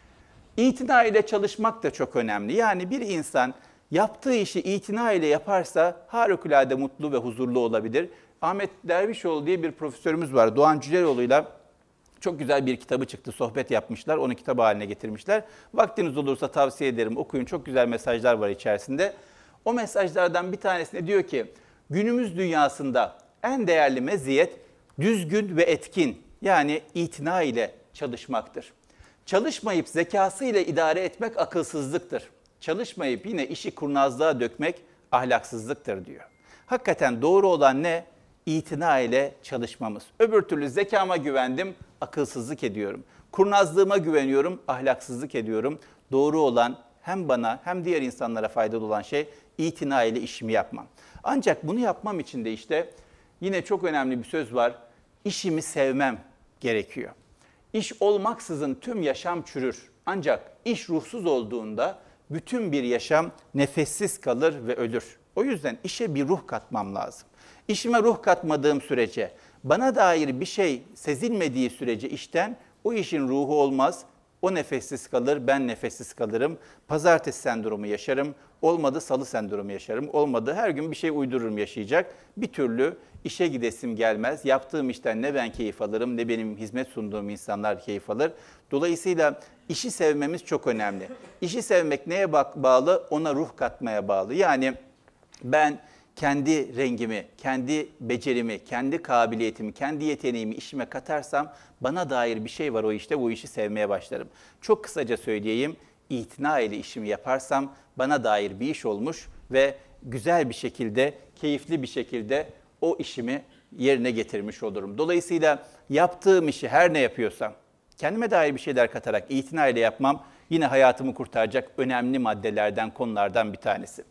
İtina ile çalışmak da çok önemli. Yani bir insan yaptığı işi itina ile yaparsa harikulade mutlu ve huzurlu olabilir. Ahmet Dervişoğlu diye bir profesörümüz var. Doğan Cüceloğlu'yla çok güzel bir kitabı çıktı, sohbet yapmışlar, onu kitap haline getirmişler. Vaktiniz olursa tavsiye ederim, okuyun, çok güzel mesajlar var içerisinde. O mesajlardan bir tanesinde diyor ki, günümüz dünyasında en değerli meziyet düzgün ve etkin, yani itina ile çalışmaktır. Çalışmayıp zekasıyla idare etmek akılsızlıktır. Çalışmayıp yine işi kurnazlığa dökmek ahlaksızlıktır diyor. Hakikaten doğru olan ne? İtina ile çalışmamız. Öbür türlü zekama güvendim, akılsızlık ediyorum. Kurnazlığıma güveniyorum, ahlaksızlık ediyorum. Doğru olan hem bana hem diğer insanlara faydalı olan şey itina ile işimi yapmam. Ancak bunu yapmam için de işte yine çok önemli bir söz var. İşimi sevmem gerekiyor. İş olmaksızın tüm yaşam çürür. Ancak iş ruhsuz olduğunda bütün bir yaşam nefessiz kalır ve ölür. O yüzden işe bir ruh katmam lazım. İşime ruh katmadığım sürece, bana dair bir şey sezilmediği sürece işten o işin ruhu olmaz. O nefessiz kalır, ben nefessiz kalırım. Pazartesi sendromu yaşarım, olmadı salı sendromu yaşarım, olmadı her gün bir şey uydururum yaşayacak. Bir türlü işe gidesim gelmez. Yaptığım işten ne ben keyif alırım ne benim hizmet sunduğum insanlar keyif alır. Dolayısıyla işi sevmemiz çok önemli. İşi sevmek neye bağlı? Ona ruh katmaya bağlı. Yani ben kendi rengimi, kendi becerimi, kendi kabiliyetimi, kendi yeteneğimi işime katarsam bana dair bir şey var o işte, bu işi sevmeye başlarım. Çok kısaca söyleyeyim, itina ile işimi yaparsam bana dair bir iş olmuş ve güzel bir şekilde, keyifli bir şekilde o işimi yerine getirmiş olurum. Dolayısıyla yaptığım işi her ne yapıyorsam, kendime dair bir şeyler katarak itina ile yapmam yine hayatımı kurtaracak önemli maddelerden, konulardan bir tanesi.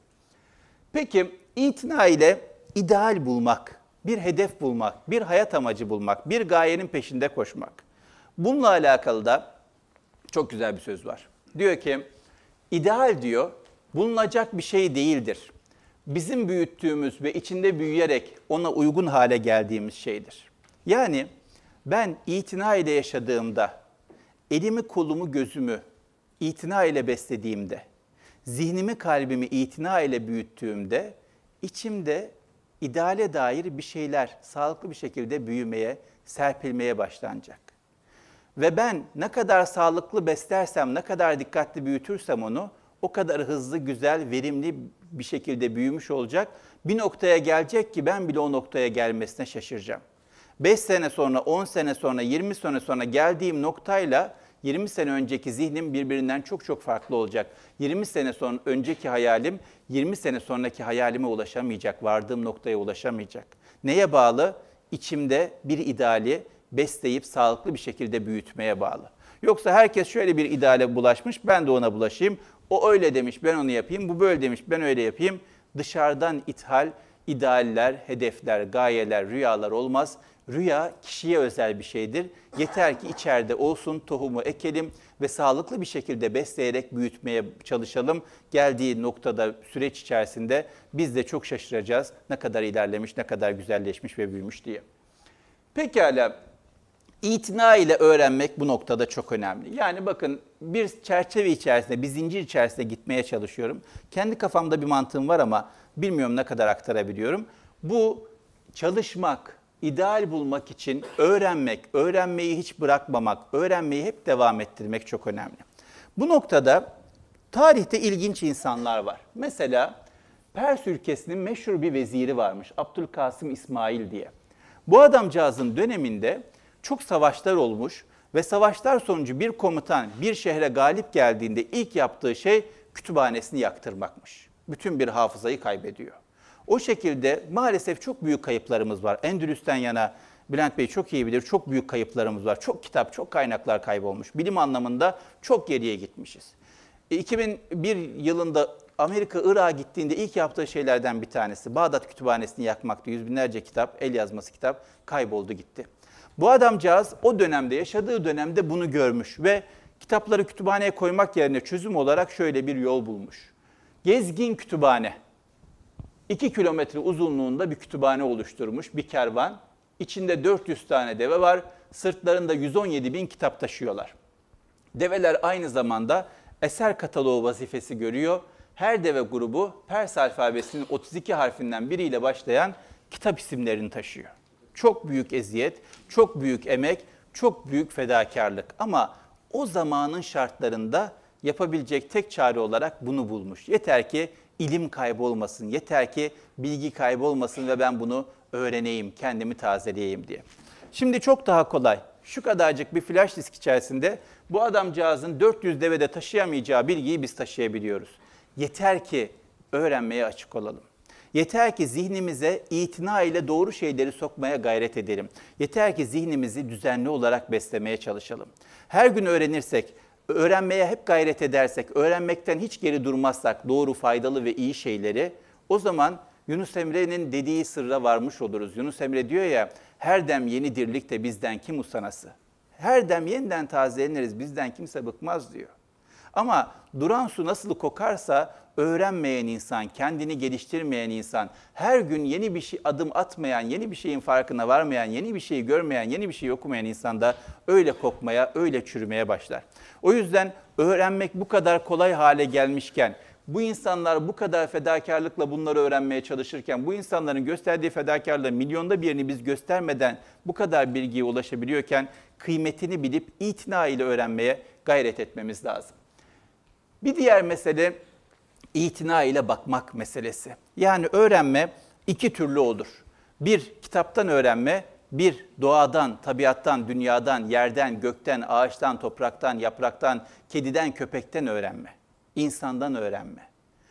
Peki itina ile ideal bulmak, bir hedef bulmak, bir hayat amacı bulmak, bir gayenin peşinde koşmak. Bununla alakalı da çok güzel bir söz var. Diyor ki, ideal diyor, bulunacak bir şey değildir. Bizim büyüttüğümüz ve içinde büyüyerek ona uygun hale geldiğimiz şeydir. Yani ben itina ile yaşadığımda, elimi, kolumu, gözümü itina ile beslediğimde, zihnimi, kalbimi itina ile büyüttüğümde, içimde ideale dair bir şeyler sağlıklı bir şekilde büyümeye, serpilmeye başlanacak. Ve ben ne kadar sağlıklı beslersem, ne kadar dikkatli büyütürsem onu, o kadar hızlı, güzel, verimli bir şekilde büyümüş olacak. Bir noktaya gelecek ki ben bile o noktaya gelmesine şaşıracağım. beş sene sonra, on sene sonra, yirmi sene sonra geldiğim noktayla yirmi sene önceki zihnim birbirinden çok çok farklı olacak. yirmi sene sonra önceki hayalim, yirmi sene sonraki hayalime ulaşamayacak, vardığım noktaya ulaşamayacak. Neye bağlı? İçimde bir ideali besleyip sağlıklı bir şekilde büyütmeye bağlı. Yoksa herkes şöyle bir ideale bulaşmış, ben de ona bulaşayım. O öyle demiş, ben onu yapayım. Bu böyle demiş, ben öyle yapayım. Dışarıdan ithal, idealler, hedefler, gayeler, rüyalar olmaz. Rüya kişiye özel bir şeydir. Yeter ki içeride olsun, tohumu ekelim ve sağlıklı bir şekilde besleyerek büyütmeye çalışalım. Geldiği noktada, süreç içerisinde biz de çok şaşıracağız. Ne kadar ilerlemiş, ne kadar güzelleşmiş ve büyümüş diye. Pekala, itina ile öğrenmek bu noktada çok önemli. Yani bakın bir çerçeve içerisinde, bir zincir içerisinde gitmeye çalışıyorum. Kendi kafamda bir mantığım var ama bilmiyorum ne kadar aktarabiliyorum. Bu çalışmak, ideal bulmak için öğrenmek, öğrenmeyi hiç bırakmamak, öğrenmeyi hep devam ettirmek çok önemli. Bu noktada tarihte ilginç insanlar var. Mesela Pers ülkesinin meşhur bir veziri varmış, Abdülkasım İsmail diye. Bu adamcağızın döneminde çok savaşlar olmuş ve savaşlar sonucu bir komutan bir şehre galip geldiğinde ilk yaptığı şey kütüphanesini yaktırmakmış. Bütün bir hafızayı kaybediyor. O şekilde maalesef çok büyük kayıplarımız var. Endülüs'ten yana Bülent Bey çok iyi bilir, çok büyük kayıplarımız var. Çok kitap, çok kaynaklar kaybolmuş. Bilim anlamında çok geriye gitmişiz. iki bin bir yılında Amerika Irak'a gittiğinde ilk yaptığı şeylerden bir tanesi Bağdat Kütüphanesi'ni yakmaktı. Yüz binlerce kitap, el yazması kitap kayboldu gitti. Bu adamcağız o dönemde, yaşadığı dönemde bunu görmüş ve kitapları kütüphaneye koymak yerine çözüm olarak şöyle bir yol bulmuş. Gezgin kütüphane. iki kilometre uzunluğunda bir kütüphane oluşturmuş, bir kervan. İçinde dört yüz tane deve var, sırtlarında yüz on yedi bin kitap taşıyorlar. Develer aynı zamanda eser kataloğu vazifesi görüyor. Her deve grubu Pers alfabesinin otuz iki harfinden biriyle başlayan kitap isimlerini taşıyor. Çok büyük eziyet, çok büyük emek, çok büyük fedakarlık. Ama o zamanın şartlarında yapabilecek tek çare olarak bunu bulmuş. Yeter ki ilim kaybolmasın, yeter ki bilgi kaybolmasın ve ben bunu öğreneyim, kendimi tazeleyeyim diye. Şimdi çok daha kolay. Şu kadarcık bir flash disk içerisinde bu adamcağızın dört yüz devede taşıyamayacağı bilgiyi biz taşıyabiliyoruz. Yeter ki öğrenmeye açık olalım. Yeter ki zihnimize itina ile doğru şeyleri sokmaya gayret edelim. Yeter ki zihnimizi düzenli olarak beslemeye çalışalım. Her gün öğrenirsek, öğrenmeye hep gayret edersek, öğrenmekten hiç geri durmazsak doğru, faydalı ve iyi şeyleri, o zaman Yunus Emre'nin dediği sırra varmış oluruz. Yunus Emre diyor ya, her dem yeni dirlik de bizden kim usanası? Her dem yeniden tazeleniriz, bizden kimse bıkmaz diyor. Ama duran su nasıl kokarsa öğrenmeyen insan, kendini geliştirmeyen insan, her gün yeni bir şey adım atmayan, yeni bir şeyin farkına varmayan, yeni bir şeyi görmeyen, yeni bir şey okumayan insan da öyle kokmaya, öyle çürümeye başlar. O yüzden öğrenmek bu kadar kolay hale gelmişken, bu insanlar bu kadar fedakarlıkla bunları öğrenmeye çalışırken, bu insanların gösterdiği fedakarlığın milyonda birini biz göstermeden bu kadar bilgiye ulaşabiliyorken, kıymetini bilip itina ile öğrenmeye gayret etmemiz lazım. Bir diğer mesele itina ile bakmak meselesi. Yani öğrenme iki türlü olur. Bir, kitaptan öğrenme, bir, doğadan, tabiattan, dünyadan, yerden, gökten, ağaçtan, topraktan, yapraktan, kediden, köpekten öğrenme. İnsandan öğrenme.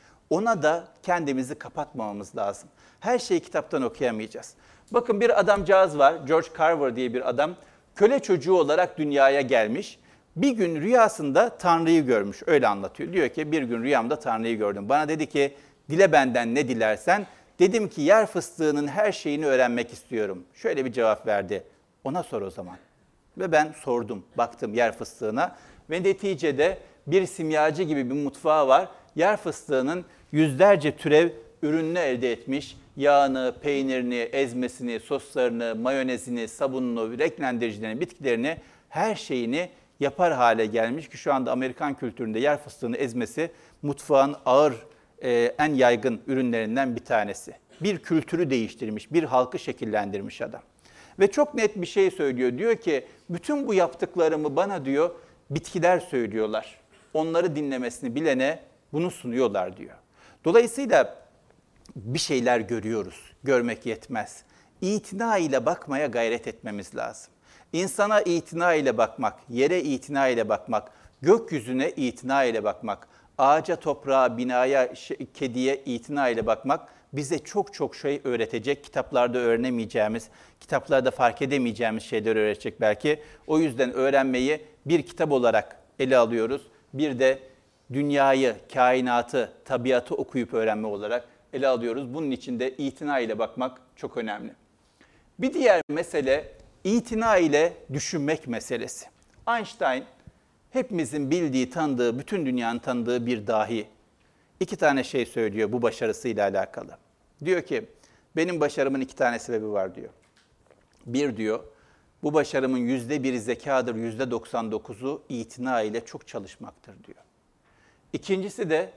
Ona da kendimizi kapatmamamız lazım. Her şeyi kitaptan okuyamayacağız. Bakın bir adamcağız var, George Carver diye bir adam. köle çocuğu olarak dünyaya gelmiş. Bir gün rüyasında Tanrı'yı görmüş, öyle anlatıyor. Diyor ki bir gün rüyamda Tanrı'yı gördüm. Bana dedi ki dile benden ne dilersen. Dedim ki yer fıstığının her şeyini öğrenmek istiyorum. Şöyle bir cevap verdi. Ona sor o zaman. Ve ben sordum, baktım yer fıstığına. Ve neticede bir simyacı gibi bir mutfağı var. Yer fıstığının yüzlerce türev ürününü elde etmiş. Yağını, peynirini, ezmesini, soslarını, mayonezini, sabununu, renklendiricilerini, bitkilerini, her şeyini yapar hale gelmiş ki şu anda Amerikan kültüründe yer fıstığını ezmesi mutfağın ağır, e, en yaygın ürünlerinden bir tanesi. Bir kültürü değiştirmiş, bir halkı şekillendirmiş adam. Ve çok net bir şey söylüyor. Diyor ki bütün bu yaptıklarımı bana diyor bitkiler söylüyorlar. Onları dinlemesini bilene bunu sunuyorlar diyor. Dolayısıyla bir şeyler görüyoruz. Görmek yetmez. İtina ile bakmaya gayret etmemiz lazım. İnsana itina ile bakmak, yere itina ile bakmak, gökyüzüne itina ile bakmak, ağaca, toprağa, binaya, kediye itina ile bakmak bize çok çok şey öğretecek. Kitaplarda öğrenemeyeceğimiz, kitaplarda fark edemeyeceğimiz şeyler öğretecek belki. O yüzden öğrenmeyi bir kitap olarak ele alıyoruz. Bir de dünyayı, kainatı, tabiatı okuyup öğrenme olarak ele alıyoruz. Bunun için de itina ile bakmak çok önemli. Bir diğer mesele itina ile düşünmek meselesi. Einstein hepimizin bildiği, tanıdığı, bütün dünyanın tanıdığı bir dahi. İki tane şey söylüyor bu başarısıyla alakalı. Diyor ki benim başarımın iki tane sebebi var diyor. Bir diyor bu başarımın yüzde biri zekadır, yüzde doksan dokuzu itina ile çok çalışmaktır diyor. İkincisi de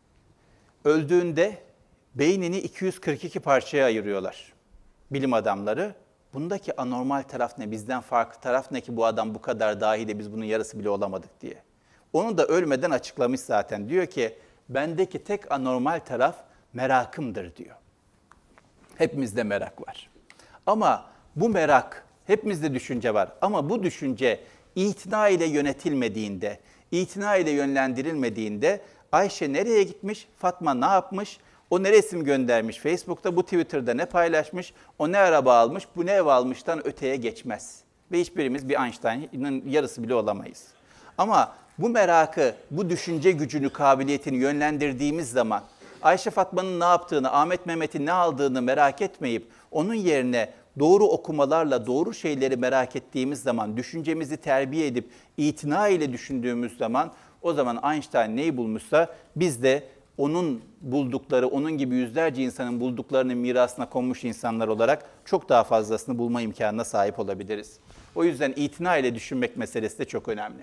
öldüğünde beynini iki yüz kırk iki parçaya ayırıyorlar bilim adamları. Bundaki anormal taraf ne, bizden farklı taraf ne ki bu adam bu kadar dahi de biz bunun yarısı bile olamadık diye. Onu da ölmeden açıklamış zaten. Diyor ki bendeki tek anormal taraf merakımdır diyor. Hepimizde merak var. Ama bu merak, hepimizde düşünce var. Ama bu düşünce itina ile yönetilmediğinde, itina ile yönlendirilmediğinde Ayşe nereye gitmiş, Fatma ne yapmış, o ne resim göndermiş Facebook'ta, bu Twitter'da ne paylaşmış, o ne araba almış, bu ne ev almıştan öteye geçmez. Ve hiçbirimiz bir Einstein'ın yarısı bile olamayız. Ama bu merakı, bu düşünce gücünü, kabiliyetini yönlendirdiğimiz zaman Ayşe Fatma'nın ne yaptığını, Ahmet Mehmet'in ne aldığını merak etmeyip onun yerine doğru okumalarla doğru şeyleri merak ettiğimiz zaman, düşüncemizi terbiye edip itina ile düşündüğümüz zaman o zaman Einstein neyi bulmuşsa biz de onun buldukları, onun gibi yüzlerce insanın bulduklarının mirasına konmuş insanlar olarak çok daha fazlasını bulma imkanına sahip olabiliriz. O yüzden itina ile düşünmek meselesi de çok önemli.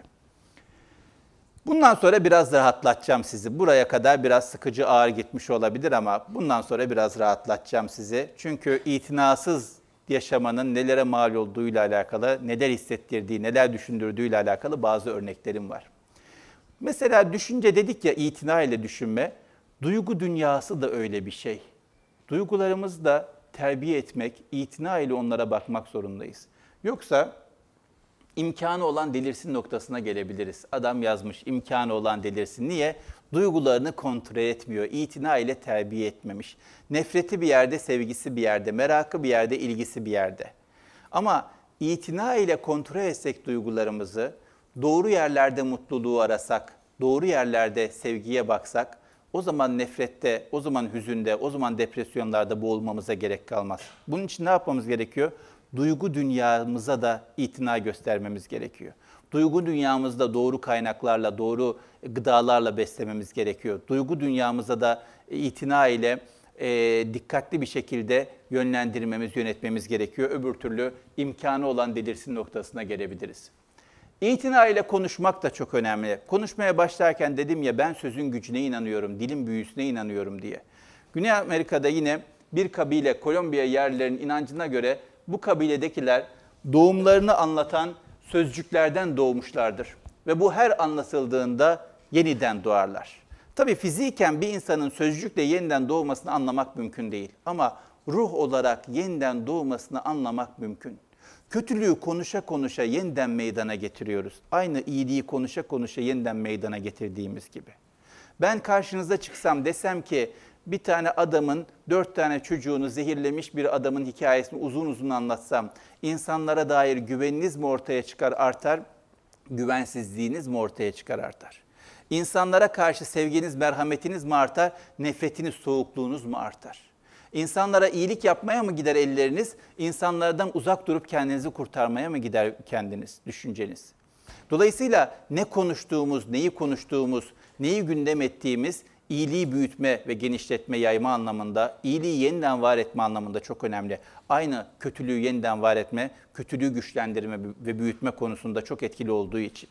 Bundan sonra biraz rahatlatacağım sizi. Buraya kadar biraz sıkıcı, ağır gitmiş olabilir ama bundan sonra biraz rahatlatacağım sizi. Çünkü itinasız yaşamanın nelere mal olduğuyla alakalı, neler hissettirdiği, neler düşündürdüğüyle alakalı bazı örneklerim var. Mesela düşünce dedik ya, itina ile düşünme, duygu dünyası da öyle bir şey. Duygularımızı da terbiye etmek, itina ile onlara bakmak zorundayız. Yoksa imkanı olan delirsin noktasına gelebiliriz. Adam yazmış, imkanı olan delirsin. Niye? Duygularını kontrol etmiyor, itina ile terbiye etmemiş. Nefreti bir yerde, sevgisi bir yerde, merakı bir yerde, ilgisi bir yerde. Ama itina ile kontrol etsek duygularımızı, doğru yerlerde mutluluğu arasak, doğru yerlerde sevgiye baksak, o zaman nefrette, o zaman hüzünde, o zaman depresyonlarda boğulmamıza gerek kalmaz. Bunun için ne yapmamız gerekiyor? Duygu dünyamıza da itina göstermemiz gerekiyor. Duygu dünyamızda doğru kaynaklarla, doğru gıdalarla beslememiz gerekiyor. Duygu dünyamıza da itina ile e, dikkatli bir şekilde yönlendirmemiz, yönetmemiz gerekiyor. Öbür türlü imkanı olan delirsin noktasına gelebiliriz. İtina ile konuşmak da çok önemli. Konuşmaya başlarken dedim ya, ben sözün gücüne inanıyorum, dilin büyüsüne inanıyorum diye. Güney Amerika'da yine bir kabile, Kolombiya yerlilerinin inancına göre bu kabiledekiler doğumlarını anlatan sözcüklerden doğmuşlardır. Ve bu her anlatıldığında yeniden doğarlar. Tabii fiziken bir insanın sözcükle yeniden doğmasını anlamak mümkün değil. Ama ruh olarak yeniden doğmasını anlamak mümkün. Kötülüğü konuşa konuşa yeniden meydana getiriyoruz. Aynı iyiliği konuşa konuşa yeniden meydana getirdiğimiz gibi. Ben karşınıza çıksam desem ki bir tane adamın dört tane çocuğunu zehirlemiş bir adamın hikayesini uzun uzun anlatsam, insanlara dair güveniniz mi ortaya çıkar artar, güvensizliğiniz mi ortaya çıkar artar? İnsanlara karşı sevginiz, merhametiniz mi artar, nefretiniz, soğukluğunuz mu artar? İnsanlara iyilik yapmaya mı gider elleriniz, insanlardan uzak durup kendinizi kurtarmaya mı gider kendiniz, düşünceniz? Dolayısıyla ne konuştuğumuz, neyi konuştuğumuz, neyi gündem ettiğimiz iyiliği büyütme ve genişletme, yayma anlamında, iyiliği yeniden var etme anlamında çok önemli. Aynı kötülüğü yeniden var etme, kötülüğü güçlendirme ve büyütme konusunda çok etkili olduğu için.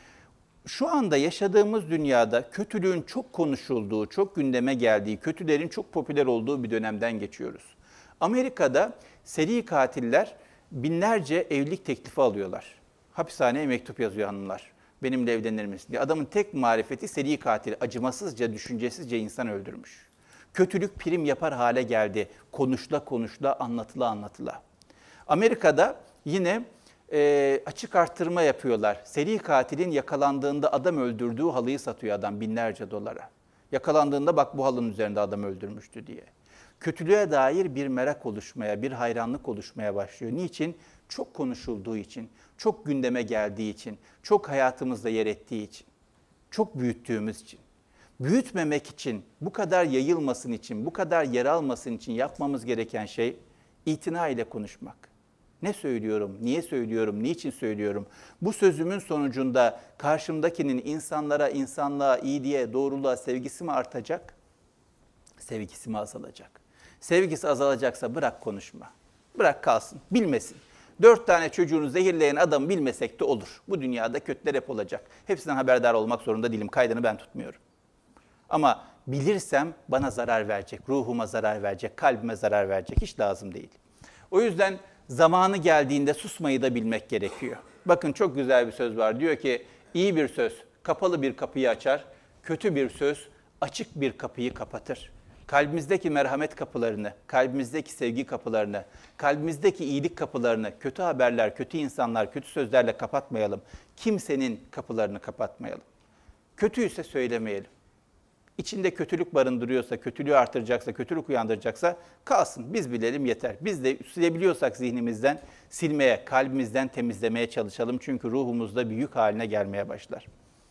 Şu anda yaşadığımız dünyada kötülüğün çok konuşulduğu, çok gündeme geldiği, kötülerin çok popüler olduğu bir dönemden geçiyoruz. Amerika'da seri katiller binlerce evlilik teklifi alıyorlar. Hapishaneye mektup yazıyor hanımlar. Benimle evlenir misin diye. Adamın tek marifeti seri katil, acımasızca, düşüncesizce insan öldürmüş. Kötülük prim yapar hale geldi. Konuşla konuşla, anlatıla anlatıla. Amerika'da yine e, açık arttırma yapıyorlar. Seri katilin yakalandığında adam öldürdüğü halıyı satıyor adam binlerce dolara. Yakalandığında bak bu halının üzerinde adam öldürmüştü diye. Kötülüğe dair bir merak oluşmaya, bir hayranlık oluşmaya başlıyor. Niçin? Çok konuşulduğu için, çok gündeme geldiği için, çok hayatımızda yer ettiği için, çok büyüttüğümüz için. Büyütmemek için, bu kadar yayılmasın için, bu kadar yer almasın için yapmamız gereken şey itina ile konuşmak. Ne söylüyorum, niye söylüyorum, niçin söylüyorum? Bu sözümün sonucunda karşımdakinin insanlara, insanlığa, iyiliğe, doğruluğa sevgisi mi artacak? Sevgisi mi azalacak? Sevgisi azalacaksa bırak konuşma. Bırak kalsın, bilmesin. Dört tane çocuğunu zehirleyen adamı bilmesek de olur. Bu dünyada kötüler hep olacak. Hepsinden haberdar olmak zorunda değilim. Kaydını ben tutmuyorum. Ama bilirsem bana zarar verecek, ruhuma zarar verecek, kalbime zarar verecek. Hiç lazım değil. O yüzden zamanı geldiğinde susmayı da bilmek gerekiyor. Bakın çok güzel bir söz var. Diyor ki iyi bir söz kapalı bir kapıyı açar, kötü bir söz açık bir kapıyı kapatır. Kalbimizdeki merhamet kapılarını, kalbimizdeki sevgi kapılarını, kalbimizdeki iyilik kapılarını kötü haberler, kötü insanlar, kötü sözlerle kapatmayalım. Kimsenin kapılarını kapatmayalım. Kötüyse söylemeyelim. İçinde kötülük barındırıyorsa, kötülüğü artıracaksa, kötülük uyandıracaksa kalsın. Biz bilelim yeter. Biz de silebiliyorsak zihnimizden silmeye, kalbimizden temizlemeye çalışalım. Çünkü ruhumuzda bir yük haline gelmeye başlar.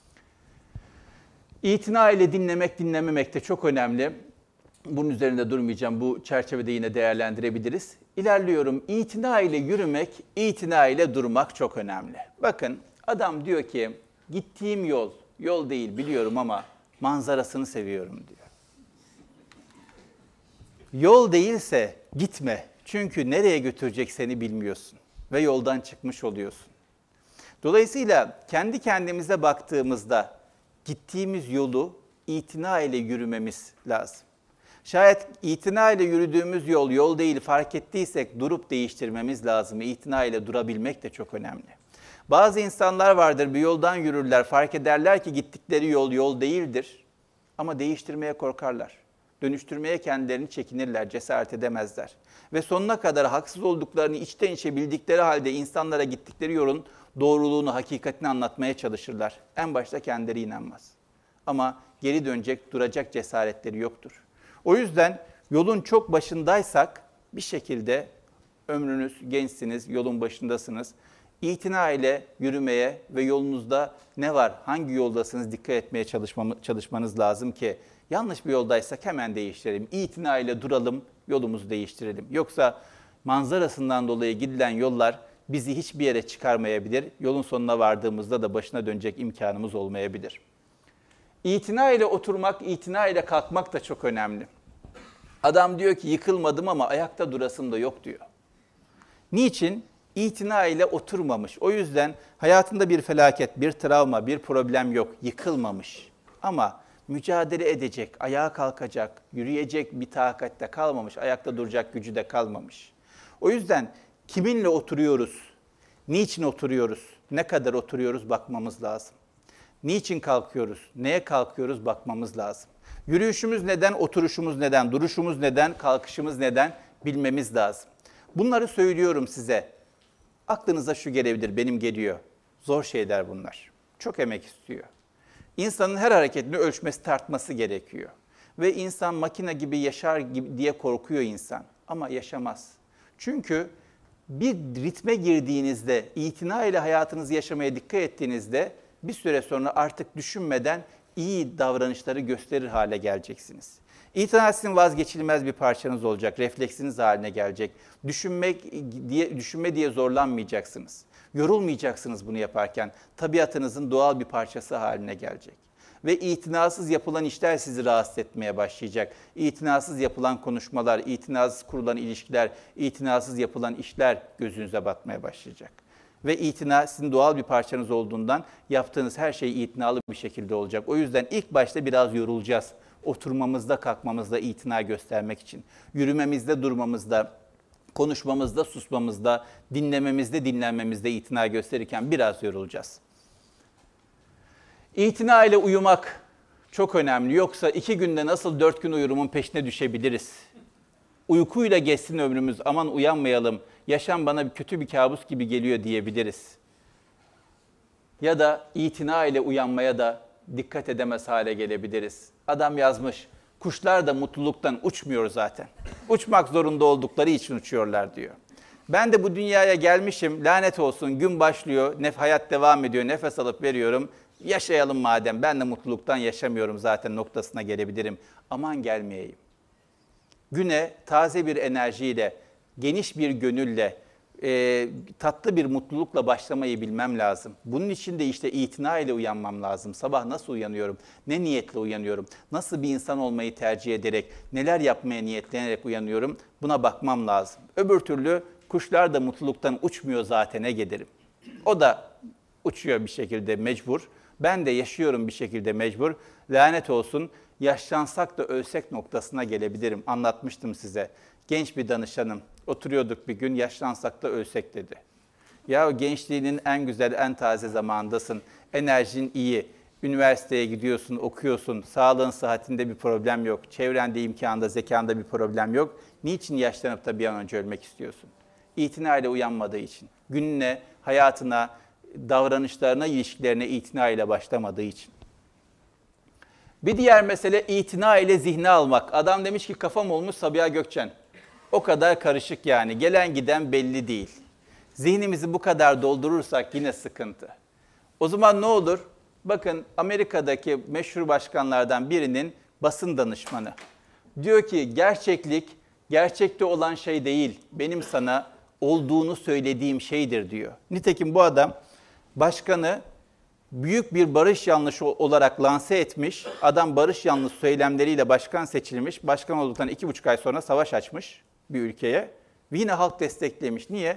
İtina ile dinlemek, dinlememek de çok önemli. Bunun üzerinde durmayacağım. Bu çerçevede yine değerlendirebiliriz. İlerliyorum. İtina ile yürümek, itina ile durmak çok önemli. Bakın adam diyor ki gittiğim yol, yol değil biliyorum ama manzarasını seviyorum diyor. Yol değilse gitme. Çünkü nereye götürecek seni bilmiyorsun ve yoldan çıkmış oluyorsun. Dolayısıyla kendi kendimize baktığımızda gittiğimiz yolu itina ile yürümemiz lazım. Şayet itina ile yürüdüğümüz yol yol değil fark ettiysek durup değiştirmemiz lazım. İtina ile durabilmek de çok önemli. Bazı insanlar vardır bir yoldan yürürler, fark ederler ki gittikleri yol yol değildir. Ama değiştirmeye korkarlar. Dönüştürmeye kendilerini çekinirler, cesaret edemezler. Ve sonuna kadar haksız olduklarını içten içe bildikleri halde insanlara gittikleri yolun doğruluğunu, hakikatini anlatmaya çalışırlar. En başta kendileri inanmaz. Ama geri dönecek, duracak cesaretleri yoktur. O yüzden yolun çok başındaysak bir şekilde ömrünüz, gençsiniz, yolun başındasınız. İtina ile yürümeye ve yolunuzda ne var, hangi yoldasınız dikkat etmeye çalışmanız lazım ki yanlış bir yoldaysak hemen değiştirelim. İtina ile duralım, yolumuzu değiştirelim. Yoksa manzarasından dolayı gidilen yollar bizi hiçbir yere çıkarmayabilir. Yolun sonuna vardığımızda da başına dönecek imkanımız olmayabilir. İtina ile oturmak, itina ile kalkmak da çok önemli. Adam diyor ki yıkılmadım ama ayakta durasım da yok diyor. Niçin? İtina ile oturmamış. O yüzden hayatında bir felaket, bir travma, bir problem yok. Yıkılmamış. Ama mücadele edecek, ayağa kalkacak, yürüyecek bir takatte kalmamış. Ayakta duracak gücü de kalmamış. O yüzden kiminle oturuyoruz? Niçin oturuyoruz? Ne kadar oturuyoruz bakmamız lazım. Niçin kalkıyoruz? Neye kalkıyoruz bakmamız lazım. Yürüyüşümüz neden, oturuşumuz neden, duruşumuz neden, kalkışımız neden bilmemiz lazım. Bunları söylüyorum size. Aklınıza şu gelebilir, benim geliyor. Zor şeyler bunlar. Çok emek istiyor. İnsanın her hareketini ölçmesi, tartması gerekiyor. Ve insan makine gibi yaşar gibi diye korkuyor insan. Ama yaşamaz. Çünkü bir ritme girdiğinizde, itina ile hayatınızı yaşamaya dikkat ettiğinizde bir süre sonra artık düşünmeden iyi davranışları gösterir hale geleceksiniz. İtina sizin vazgeçilmez bir parçanız olacak, refleksiniz haline gelecek. Düşünmek diye, düşünme diye zorlanmayacaksınız. Yorulmayacaksınız bunu yaparken. Tabiatınızın doğal bir parçası haline gelecek. Ve itinasız yapılan işler sizi rahatsız etmeye başlayacak. İtinasız yapılan konuşmalar, itinasız kurulan ilişkiler, itinasız yapılan işler gözünüze batmaya başlayacak. Ve itina sizin doğal bir parçanız olduğundan yaptığınız her şey itinalı bir şekilde olacak. O yüzden ilk başta biraz yorulacağız. Oturmamızda, kalkmamızda itina göstermek için. Yürümemizde, durmamızda, konuşmamızda, susmamızda, dinlememizde, dinlenmemizde itina gösterirken biraz yorulacağız. İtina ile uyumak çok önemli. Yoksa iki günde nasıl dört gün uyurumun peşine düşebiliriz. Uykuyla geçsin ömrümüz, aman uyanmayalım, yaşam bana bir kötü bir kabus gibi geliyor diyebiliriz. Ya da itina ile uyanmaya da dikkat edemez hale gelebiliriz. Adam yazmış, kuşlar da mutluluktan uçmuyor zaten. Uçmak zorunda oldukları için uçuyorlar diyor. Ben de bu dünyaya gelmişim, lanet olsun, gün başlıyor, nef hayat devam ediyor, nefes alıp veriyorum. Yaşayalım madem, ben de mutluluktan yaşamıyorum zaten noktasına gelebilirim. Aman gelmeyeyim. Güne taze bir enerjiyle, geniş bir gönülle, e, tatlı bir mutlulukla başlamayı bilmem lazım. Bunun için de işte itina ile uyanmam lazım. Sabah nasıl uyanıyorum, ne niyetle uyanıyorum, nasıl bir insan olmayı tercih ederek, neler yapmaya niyetlenerek uyanıyorum, buna bakmam lazım. Öbür türlü kuşlar da mutluluktan uçmuyor zaten gelirim. O da uçuyor bir şekilde mecbur. Ben de yaşıyorum bir şekilde mecbur. Lanet olsun, yaşlansak da ölsek noktasına gelebilirim. Anlatmıştım size. Genç bir danışanım. Oturuyorduk bir gün, yaşlansak da ölsek dedi. Ya gençliğinin en güzel, en taze zamanındasın. Enerjin iyi. Üniversiteye gidiyorsun, okuyorsun. Sağlığın, sıhhatinde bir problem yok. Çevrende, imkanda, zekanda bir problem yok. Niçin yaşlanıp da bir an önce ölmek istiyorsun? İtina ile uyanmadığı için. Gününe, hayatına, davranışlarına, ilişkilerine itina ile başlamadığı için. Bir diğer mesele itina ile zihni almak. Adam demiş ki kafam olmuş Sabiha Gökçen. O kadar karışık yani. Gelen giden belli değil. Zihnimizi bu kadar doldurursak yine sıkıntı. O zaman ne olur? Bakın Amerika'daki meşhur başkanlardan birinin basın danışmanı. Diyor ki gerçeklik gerçekte olan şey değil. Benim sana olduğunu söylediğim şeydir diyor. Nitekim bu adam başkanı büyük bir barış yanlışı olarak lanse etmiş. Adam barış yanlısı söylemleriyle başkan seçilmiş. Başkan olduktan iki buçuk ay sonra savaş açmış bir ülkeye. Ve yine halk desteklemiş. Niye?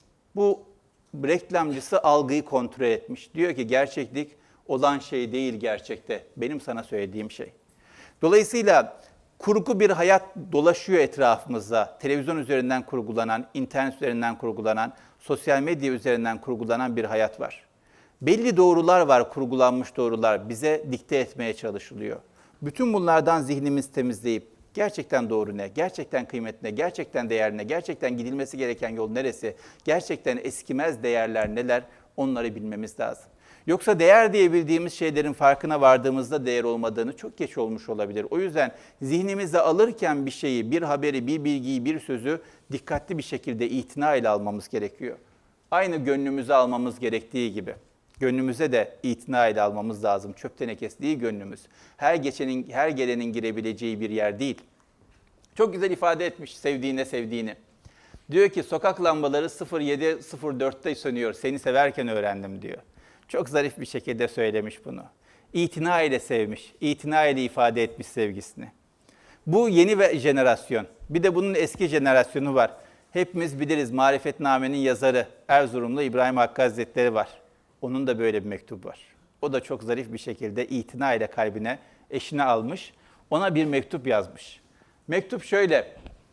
Bu reklamcısı algıyı kontrol etmiş. Diyor ki gerçeklik olan şey değil gerçekte. Benim sana söylediğim şey. Dolayısıyla kurgu bir hayat dolaşıyor etrafımızda. Televizyon üzerinden kurgulanan, internet üzerinden kurgulanan, sosyal medya üzerinden kurgulanan bir hayat var. Belli doğrular var, kurgulanmış doğrular. Bize dikte etmeye çalışılıyor. Bütün bunlardan zihnimizi temizleyip gerçekten doğru ne, gerçekten kıymet ne, gerçekten değer ne, gerçekten gidilmesi gereken yol neresi, gerçekten eskimez değerler neler, onları bilmemiz lazım. Yoksa değer diye bildiğimiz şeylerin farkına vardığımızda değer olmadığını çok geç olmuş olabilir. O yüzden zihnimize alırken bir şeyi, bir haberi, bir bilgiyi, bir sözü dikkatli bir şekilde itina ile almamız gerekiyor. Aynı gönlümüze almamız gerektiği gibi. Gönlümüze de itina ile almamız lazım. Çöp tenekesi değil gönlümüz. Her geçenin, her gelenin girebileceği bir yer değil. Çok güzel ifade etmiş sevdiğine sevdiğini. Diyor ki sokak lambaları sıfır yedi sıfır dörtte sönüyor. Seni severken öğrendim diyor. Çok zarif bir şekilde söylemiş bunu. İtina ile sevmiş, itina ile ifade etmiş sevgisini. Bu yeni ve jenerasyon. Bir de bunun eski jenerasyonu var. Hepimiz biliriz Marifetname'nin yazarı Erzurumlu İbrahim Hakkı Hazretleri var. Onun da böyle bir mektubu var. O da çok zarif bir şekilde itina ile kalbine, eşine almış. Ona bir mektup yazmış. Mektup şöyle.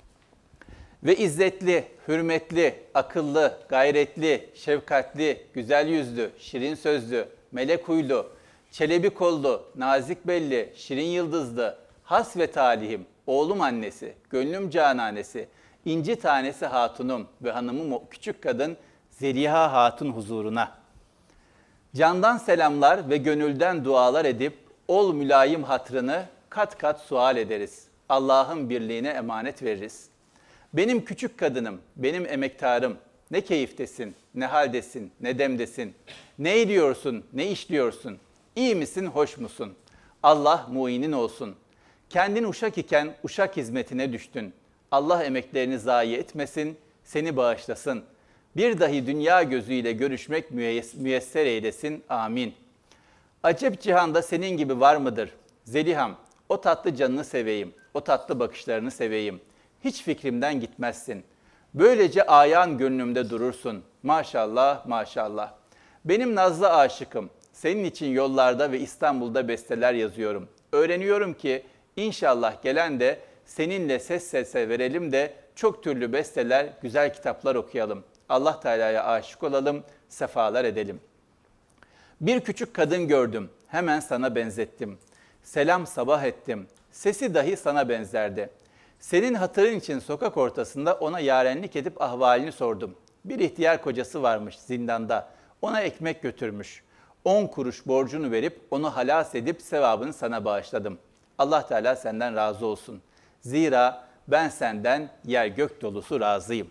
Ve izzetli, hürmetli, akıllı, gayretli, şefkatli, güzel yüzlü, şirin sözlü, melek huylu, çelebi kollu, nazik belli, şirin yıldızlı, has ve talihim, oğlum annesi, gönlüm cananesi, inci tanesi hatunum ve hanımım o küçük kadın Zeliha Hatun huzuruna. Candan selamlar ve gönülden dualar edip, ol mülayim hatrını, kat kat sual ederiz. Allah'ın birliğine emanet veririz. Benim küçük kadınım, benim emektarım, ne keyiftesin, ne haldesin, ne demdesin, ne ediyorsun, ne işliyorsun, iyi misin, hoş musun? Allah muinin olsun. Kendin uşak iken uşak hizmetine düştün. Allah emeklerini zayi etmesin, seni bağışlasın. Bir dahi dünya gözüyle görüşmek müyesser eylesin, amin. Acep cihanda senin gibi var mıdır? Zeliham, o tatlı canını seveyim, o tatlı bakışlarını seveyim. Hiç fikrimden gitmezsin. Böylece ayağın gönlümde durursun. Maşallah, maşallah. Benim nazlı aşıkım. Senin için yollarda ve İstanbul'da besteler yazıyorum. Öğreniyorum ki inşallah gelen de seninle ses sese verelim de çok türlü besteler, güzel kitaplar okuyalım. Allah Teala'ya aşık olalım, sefalar edelim. Bir küçük kadın gördüm, hemen sana benzettim. Selam sabah ettim, sesi dahi sana benzerdi. Senin hatırın için sokak ortasında ona yarenlik edip ahvalini sordum. Bir ihtiyar kocası varmış zindanda, ona ekmek götürmüş. On kuruş borcunu verip onu halas edip sevabını sana bağışladım. Allah Teala senden razı olsun. Zira ben senden yer gök dolusu razıyım.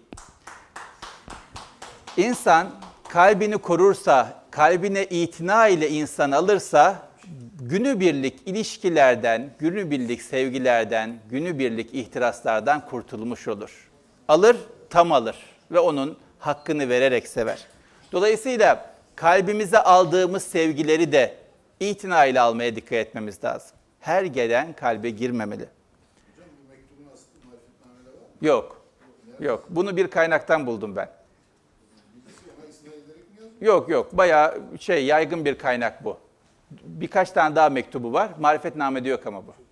İnsan kalbini korursa, kalbine itina ile insan alırsa, günübirlik ilişkilerden, günübirlik sevgilerden, günübirlik ihtiraslardan kurtulmuş olur. Alır, tam alır ve onun hakkını vererek sever. Dolayısıyla kalbimize aldığımız sevgileri de itina ile almaya dikkat etmemiz lazım. Her gelen kalbe girmemeli. Hocam bu mektubun aslı marifetnamede var mı? Yok, yok. Bunu bir kaynaktan buldum ben. Bilgisi ama ıslah ederek mi yazmış? Yok yok, bayağı şey yaygın bir kaynak bu. Birkaç tane daha mektubu var. Marifetname'de yok ama bu.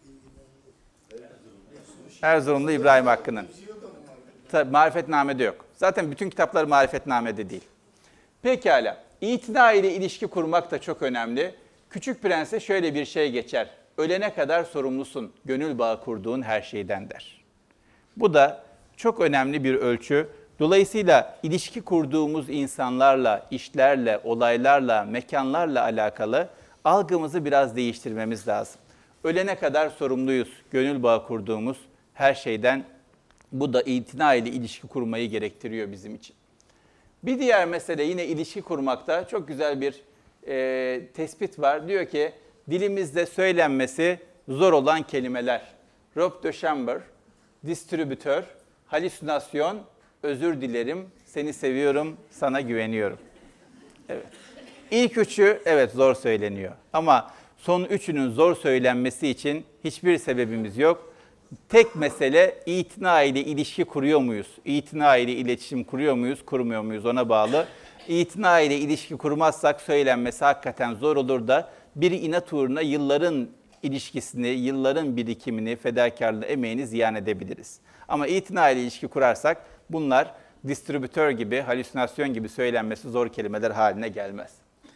Erzurumlu İbrahim Hakkı'nın. Tabii Marifetname'de yok. Zaten bütün kitaplar Marifetname'de değil. Pekala. İtina ile ilişki kurmak da çok önemli. Küçük Prens'e şöyle bir şey geçer. Ölene kadar sorumlusun, gönül bağı kurduğun her şeyden der. Bu da çok önemli bir ölçü. Dolayısıyla ilişki kurduğumuz insanlarla, işlerle, olaylarla, mekanlarla alakalı algımızı biraz değiştirmemiz lazım. Ölene kadar sorumluyuz, gönül bağı kurduğumuz her şeyden. Bu da itina ile ilişki kurmayı gerektiriyor bizim için. Bir diğer mesele yine ilişki kurmakta çok güzel bir e, tespit var. Diyor ki dilimizde söylenmesi zor olan kelimeler. Rob de Chamber, distribütör, halüsinasyon, özür dilerim, seni seviyorum, sana güveniyorum. Evet. İlk üçü evet zor söyleniyor ama son üçünün zor söylenmesi için hiçbir sebebimiz yok. Tek mesele itina ile ilişki kuruyor muyuz? İtina ile iletişim kuruyor muyuz, kurmuyor muyuz ona bağlı. İtina ile ilişki kurmazsak söylenmesi hakikaten zor olur da bir inat uğruna yılların ilişkisini, yılların birikimini, fedakarlığı, emeğini ziyan edebiliriz. Ama itina ile ilişki kurarsak bunlar distribütör gibi, halüsinasyon gibi söylenmesi zor kelimeler haline gelmez.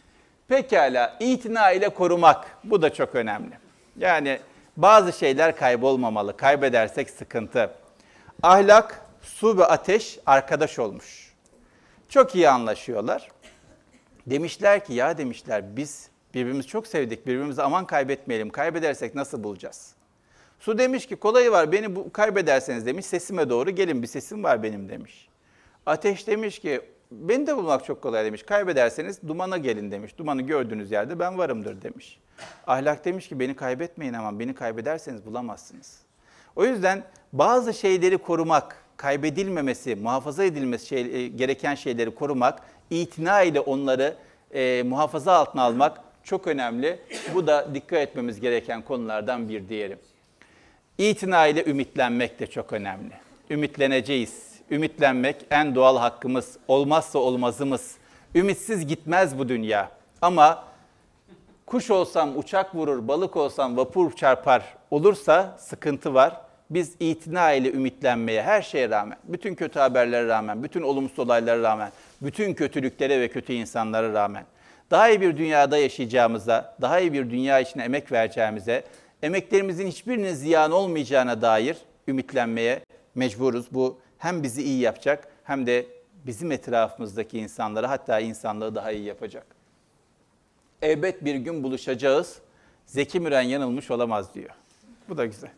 Pekala, itina ile korumak, bu da çok önemli. Yani bazı şeyler kaybolmamalı, kaybedersek sıkıntı. Ahlak, su ve ateş arkadaş olmuş. Çok iyi anlaşıyorlar. Demişler ki ya demişler biz birbirimizi çok sevdik, birbirimizi aman kaybetmeyelim, kaybedersek nasıl bulacağız? Su demiş ki kolayı var, beni bu, kaybederseniz demiş sesime doğru gelin, bir sesim var benim demiş. Ateş demiş ki beni de bulmak çok kolay demiş, kaybederseniz dumana gelin demiş, dumanı gördüğünüz yerde ben varımdır demiş. Ahlak demiş ki beni kaybetmeyin ama beni kaybederseniz bulamazsınız. O yüzden bazı şeyleri korumak, kaybedilmemesi, muhafaza edilmesi şey, gereken şeyleri korumak, itina ile onları e, muhafaza altına almak çok önemli. Bu da dikkat etmemiz gereken konulardan bir diğeri. İtina ile ümitlenmek de çok önemli. Ümitleneceğiz. Ümitlenmek en doğal hakkımız, olmazsa olmazımız. Ümitsiz gitmez bu dünya. Ama kuş olsam uçak vurur, balık olsam vapur çarpar olursa sıkıntı var. Biz itina ile ümitlenmeye her şeye rağmen, bütün kötü haberlere rağmen, bütün olumsuz olaylara rağmen, bütün kötülüklere ve kötü insanlara rağmen, daha iyi bir dünyada yaşayacağımıza, daha iyi bir dünya için emek vereceğimize, emeklerimizin hiçbirinin ziyan olmayacağına dair ümitlenmeye mecburuz. Bu hem bizi iyi yapacak hem de bizim etrafımızdaki insanlara hatta insanlığı daha iyi yapacak. Elbet bir gün buluşacağız. Zeki Müren yanılmış olamaz diyor. Bu da güzel.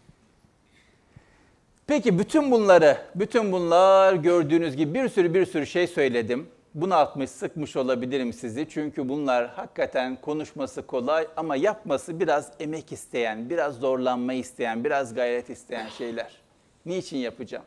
Peki bütün bunları, bütün bunlar gördüğünüz gibi bir sürü bir sürü şey söyledim. Bunaltmış, sıkmış olabilirim sizi. Çünkü bunlar hakikaten konuşması kolay ama yapması biraz emek isteyen, biraz zorlanma isteyen, biraz gayret isteyen şeyler. Niçin yapacağım?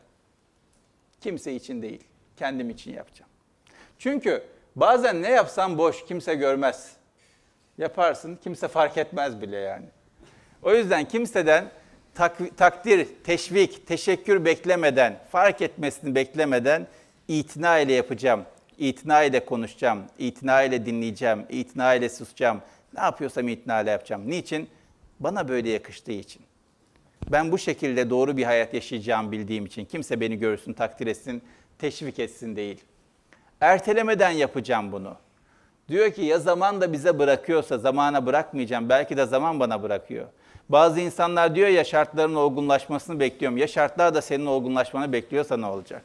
Kimse için değil, kendim için yapacağım. Çünkü bazen ne yapsam boş, kimse görmez. Yaparsın, kimse fark etmez bile yani. O yüzden kimseden tak, takdir, teşvik, teşekkür beklemeden, fark etmesini beklemeden itina ile yapacağım. İtina ile konuşacağım, itina ile dinleyeceğim, itina ile susacağım. Ne yapıyorsam itina ile yapacağım. Niçin? Bana böyle yakıştığı için. Ben bu şekilde doğru bir hayat yaşayacağımı bildiğim için. Kimse beni görsün, takdir etsin, teşvik etsin değil. Ertelemeden yapacağım bunu. Diyor ki ya zaman da bize bırakıyorsa zamana bırakmayacağım. Belki de zaman bana bırakıyor. Bazı insanlar diyor ya şartların olgunlaşmasını bekliyorum. Ya şartlar da senin olgunlaşmanı bekliyorsa ne olacak?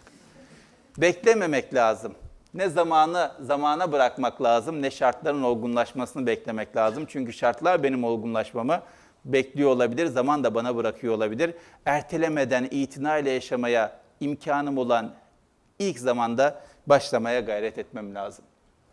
Beklememek lazım. Ne zamanı zamana bırakmak lazım, ne şartların olgunlaşmasını beklemek lazım. Çünkü şartlar benim olgunlaşmamı bekliyor olabilir, zaman da bana bırakıyor olabilir. Ertelemeden itinayla yaşamaya imkanım olan ilk zamanda başlamaya gayret etmem lazım.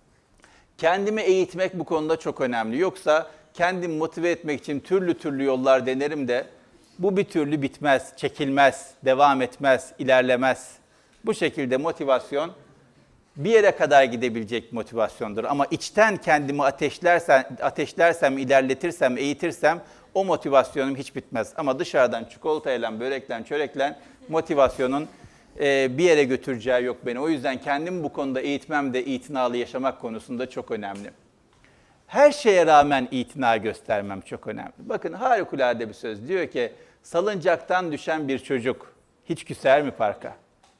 Kendimi eğitmek bu konuda çok önemli. Yoksa kendimi motive etmek için türlü türlü yollar denerim de bu bir türlü bitmez, çekilmez, devam etmez, ilerlemez. Bu şekilde motivasyon bir yere kadar gidebilecek motivasyondur. Ama içten kendimi ateşlersem, ateşlersem, ilerletirsem, eğitirsem o motivasyonum hiç bitmez. Ama dışarıdan çikolatayla, börekle, çörekle motivasyonun e, bir yere götüreceği yok beni. O yüzden kendimi bu konuda eğitmem de itinalı yaşamak konusunda çok önemli. Her şeye rağmen itina göstermem çok önemli. Bakın harikulade bir söz. Diyor ki salıncaktan düşen bir çocuk hiç küser mi parka?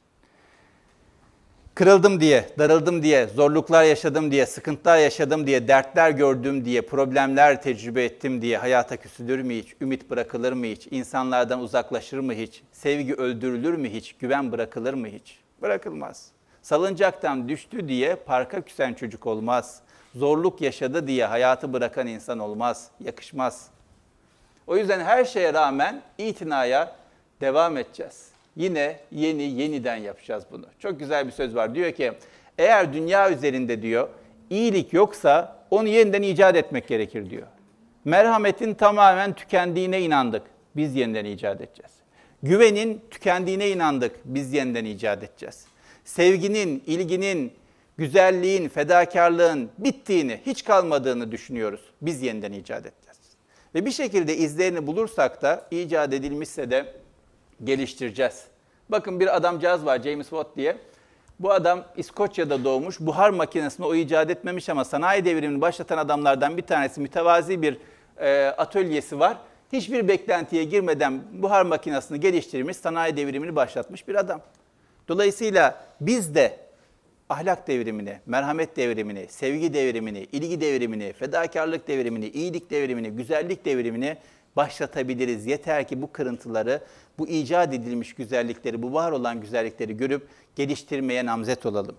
Kırıldım diye, darıldım diye, zorluklar yaşadım diye, sıkıntılar yaşadım diye, dertler gördüm diye, problemler tecrübe ettim diye hayata küsülür mü hiç? Ümit bırakılır mı hiç? İnsanlardan uzaklaşır mı hiç? Sevgi öldürülür mü hiç? Güven bırakılır mı hiç? Bırakılmaz. Salıncaktan düştü diye parka küsen çocuk olmaz. Zorluk yaşadı diye hayatı bırakan insan olmaz. Yakışmaz. O yüzden her şeye rağmen itinaya devam edeceğiz. Yine yeni yeniden yapacağız bunu. Çok güzel bir söz var. Diyor ki eğer dünya üzerinde diyor iyilik yoksa onu yeniden icat etmek gerekir diyor. Merhametin tamamen tükendiğine inandık. Biz yeniden icat edeceğiz. Güvenin tükendiğine inandık. Biz yeniden icat edeceğiz. Sevginin, ilginin, güzelliğin, fedakarlığın bittiğini, hiç kalmadığını düşünüyoruz. Biz yeniden icat edeceğiz. Ve bir şekilde izlerini bulursak da icat edilmişse de geliştireceğiz. Bakın bir adamcağız var James Watt diye. Bu adam İskoçya'da doğmuş. Buhar makinesini o icat etmemiş ama sanayi devrimini başlatan adamlardan bir tanesi, mütevazi bir e, atölyesi var. Hiçbir beklentiye girmeden buhar makinesini geliştirmiş, sanayi devrimini başlatmış bir adam. Dolayısıyla biz de ahlak devrimini, merhamet devrimini, sevgi devrimini, ilgi devrimini, fedakarlık devrimini, iyilik devrimini, güzellik devrimini başlatabiliriz. Yeter ki bu kırıntıları, bu icat edilmiş güzellikleri, bu var olan güzellikleri görüp geliştirmeye namzet olalım.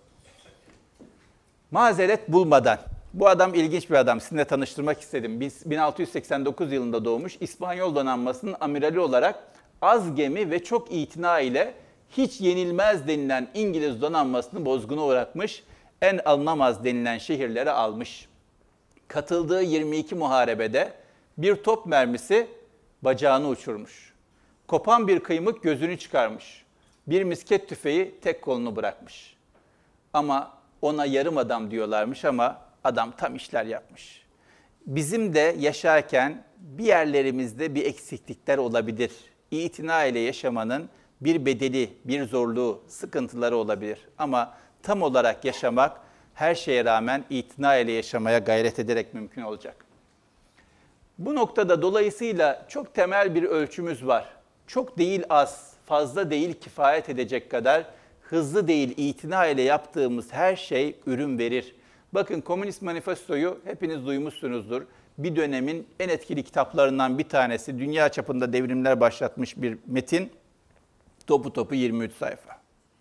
Mazeret bulmadan. Bu adam ilginç bir adam. Sizinle tanıştırmak istedim. bin altı yüz seksen dokuz yılında doğmuş. İspanyol donanmasının amirali olarak az gemi ve çok itina ile hiç yenilmez denilen İngiliz donanmasını bozguna uğratmış, en alınamaz denilen şehirlere almış. Katıldığı yirmi iki muharebede bir top mermisi bacağını uçurmuş. Kopan bir kıymık gözünü çıkarmış. Bir misket tüfeği tek kolunu bırakmış. Ama ona yarım adam diyorlarmış ama adam tam işler yapmış. Bizim de yaşarken bir yerlerimizde bir eksiklikler olabilir. İtina ile yaşamanın bir bedeli, bir zorluğu, sıkıntıları olabilir. Ama tam olarak yaşamak her şeye rağmen itina ile yaşamaya gayret ederek mümkün olacak. Bu noktada dolayısıyla çok temel bir ölçümüz var. Çok değil az, fazla değil kifayet edecek kadar, hızlı değil itina ile yaptığımız her şey ürün verir. Bakın Komünist Manifesto'yu hepiniz duymuşsunuzdur. Bir dönemin en etkili kitaplarından bir tanesi, dünya çapında devrimler başlatmış bir metin. Topu topu yirmi üç sayfa.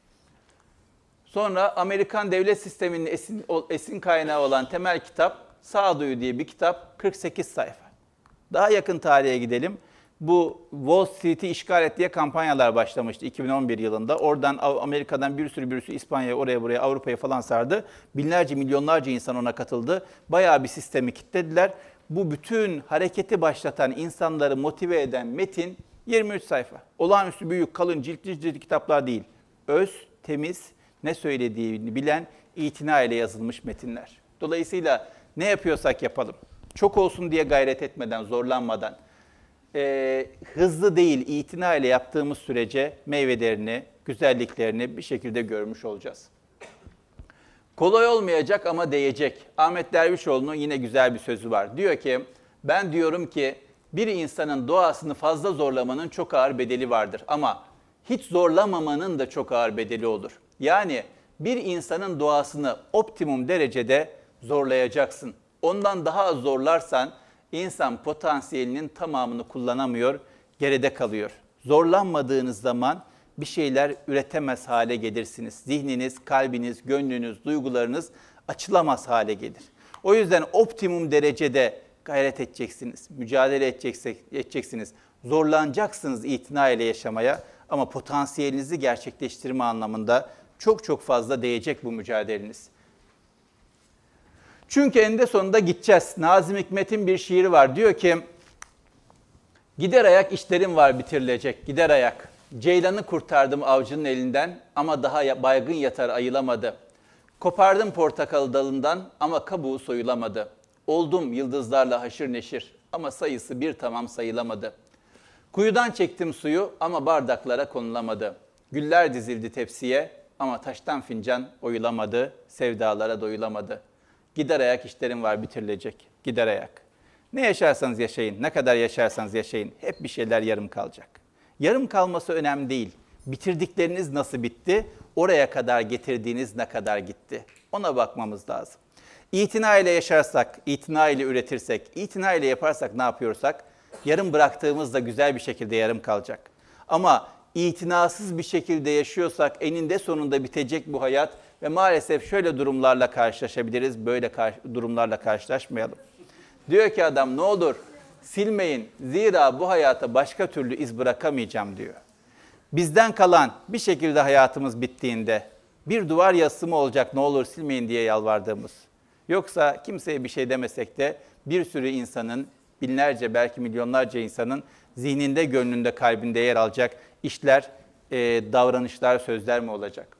Sonra Amerikan devlet sisteminin esin, esin kaynağı olan temel kitap, Sağduyu diye bir kitap, kırk sekiz sayfa. Daha yakın tarihe gidelim. bu Wall Street'i işgal et diye kampanyalar başlamıştı iki bin on bir yılında. Oradan Amerika'dan bir sürü bir sürü İspanya'ya, oraya buraya, Avrupa'ya falan sardı. Binlerce, milyonlarca insan ona katıldı. Bayağı bir sistemi kilitlediler. Bu bütün hareketi başlatan, insanları motive eden metin yirmi üç sayfa. Olağanüstü büyük, kalın, ciltli ciltli kitaplar değil. Öz, temiz, ne söylediğini bilen, itina ile yazılmış metinler. Dolayısıyla ne yapıyorsak yapalım. Çok olsun diye gayret etmeden, zorlanmadan, e, hızlı değil, itina ile yaptığımız sürece meyvelerini, güzelliklerini bir şekilde görmüş olacağız. Kolay olmayacak ama değecek. Ahmet Dervişoğlu'nun yine güzel bir sözü var. Diyor ki, ben diyorum ki bir insanın doğasını fazla zorlamanın çok ağır bedeli vardır. Ama hiç zorlamamanın da çok ağır bedeli olur. Yani bir insanın doğasını optimum derecede zorlayacaksın. Ondan daha az zorlarsan insan potansiyelinin tamamını kullanamıyor, geride kalıyor. Zorlanmadığınız zaman bir şeyler üretemez hale gelirsiniz. Zihniniz, kalbiniz, gönlünüz, duygularınız açılamaz hale gelir. O yüzden optimum derecede gayret edeceksiniz, mücadele edeceksiniz. Zorlanacaksınız itina ile yaşamaya ama potansiyelinizi gerçekleştirme anlamında çok çok fazla değecek bu mücadeleniz. Çünkü eninde sonunda gideceğiz. Nazım Hikmet'in bir şiiri var. Diyor ki, gider ayak işlerim var bitirilecek, gider ayak. Ceylanı kurtardım avcının elinden ama daha baygın yatar ayılamadı. Kopardım portakal dalından ama kabuğu soyulamadı. Oldum yıldızlarla haşır neşir ama sayısı bir tamam sayılamadı. Kuyudan çektim suyu ama bardaklara konulamadı. Güller dizildi tepsiye ama taştan fincan oyulamadı, sevdalara doyulamadı. Gider ayak işlerim var bitirilecek, gider ayak. Ne yaşarsanız yaşayın, ne kadar yaşarsanız yaşayın, hep bir şeyler yarım kalacak. Yarım kalması önemli değil. Bitirdikleriniz nasıl bitti, oraya kadar getirdiğiniz ne kadar gitti. Ona bakmamız lazım. İtina ile yaşarsak, itina ile üretirsek, itina ile yaparsak ne yapıyorsak, yarım bıraktığımızda güzel bir şekilde yarım kalacak. Ama itinasız bir şekilde yaşıyorsak eninde sonunda bitecek bu hayat ve maalesef şöyle durumlarla karşılaşabiliriz, böyle kar- durumlarla karşılaşmayalım. Diyor ki adam, ne olur silmeyin, zira bu hayata başka türlü iz bırakamayacağım diyor. Bizden kalan bir şekilde hayatımız bittiğinde bir duvar yazısı mı olacak, ne olur silmeyin diye yalvardığımız. Yoksa kimseye bir şey demesek de bir sürü insanın, binlerce belki milyonlarca insanın zihninde, gönlünde, kalbinde yer alacak işler, e, davranışlar, sözler mi olacak?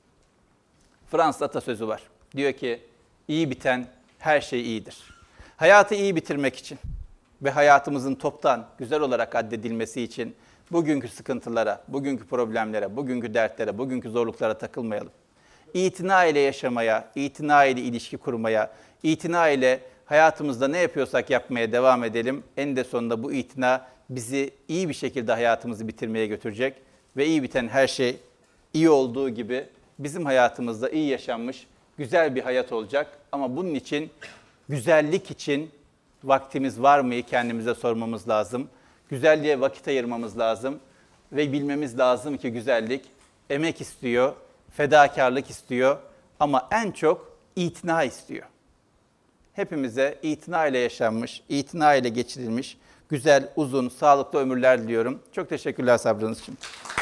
Fransız atasözü var. Diyor ki, iyi biten her şey iyidir. Hayatı iyi bitirmek için ve hayatımızın toptan güzel olarak addedilmesi için bugünkü sıkıntılara, bugünkü problemlere, bugünkü dertlere, bugünkü zorluklara takılmayalım. İtina ile yaşamaya, itina ile ilişki kurmaya, itina ile hayatımızda ne yapıyorsak yapmaya devam edelim. Eninde sonunda bu itina bizi iyi bir şekilde hayatımızı bitirmeye götürecek ve iyi biten her şey iyi olduğu gibi bizim hayatımızda iyi yaşanmış, güzel bir hayat olacak. Ama bunun için, güzellik için vaktimiz var mı kendimize sormamız lazım. Güzelliğe vakit ayırmamız lazım ve bilmemiz lazım ki güzellik emek istiyor, fedakarlık istiyor ama en çok itina istiyor. Hepimize itina ile yaşanmış, itina ile geçirilmiş güzel, uzun, sağlıklı ömürler diliyorum. Çok teşekkürler sabrınız için.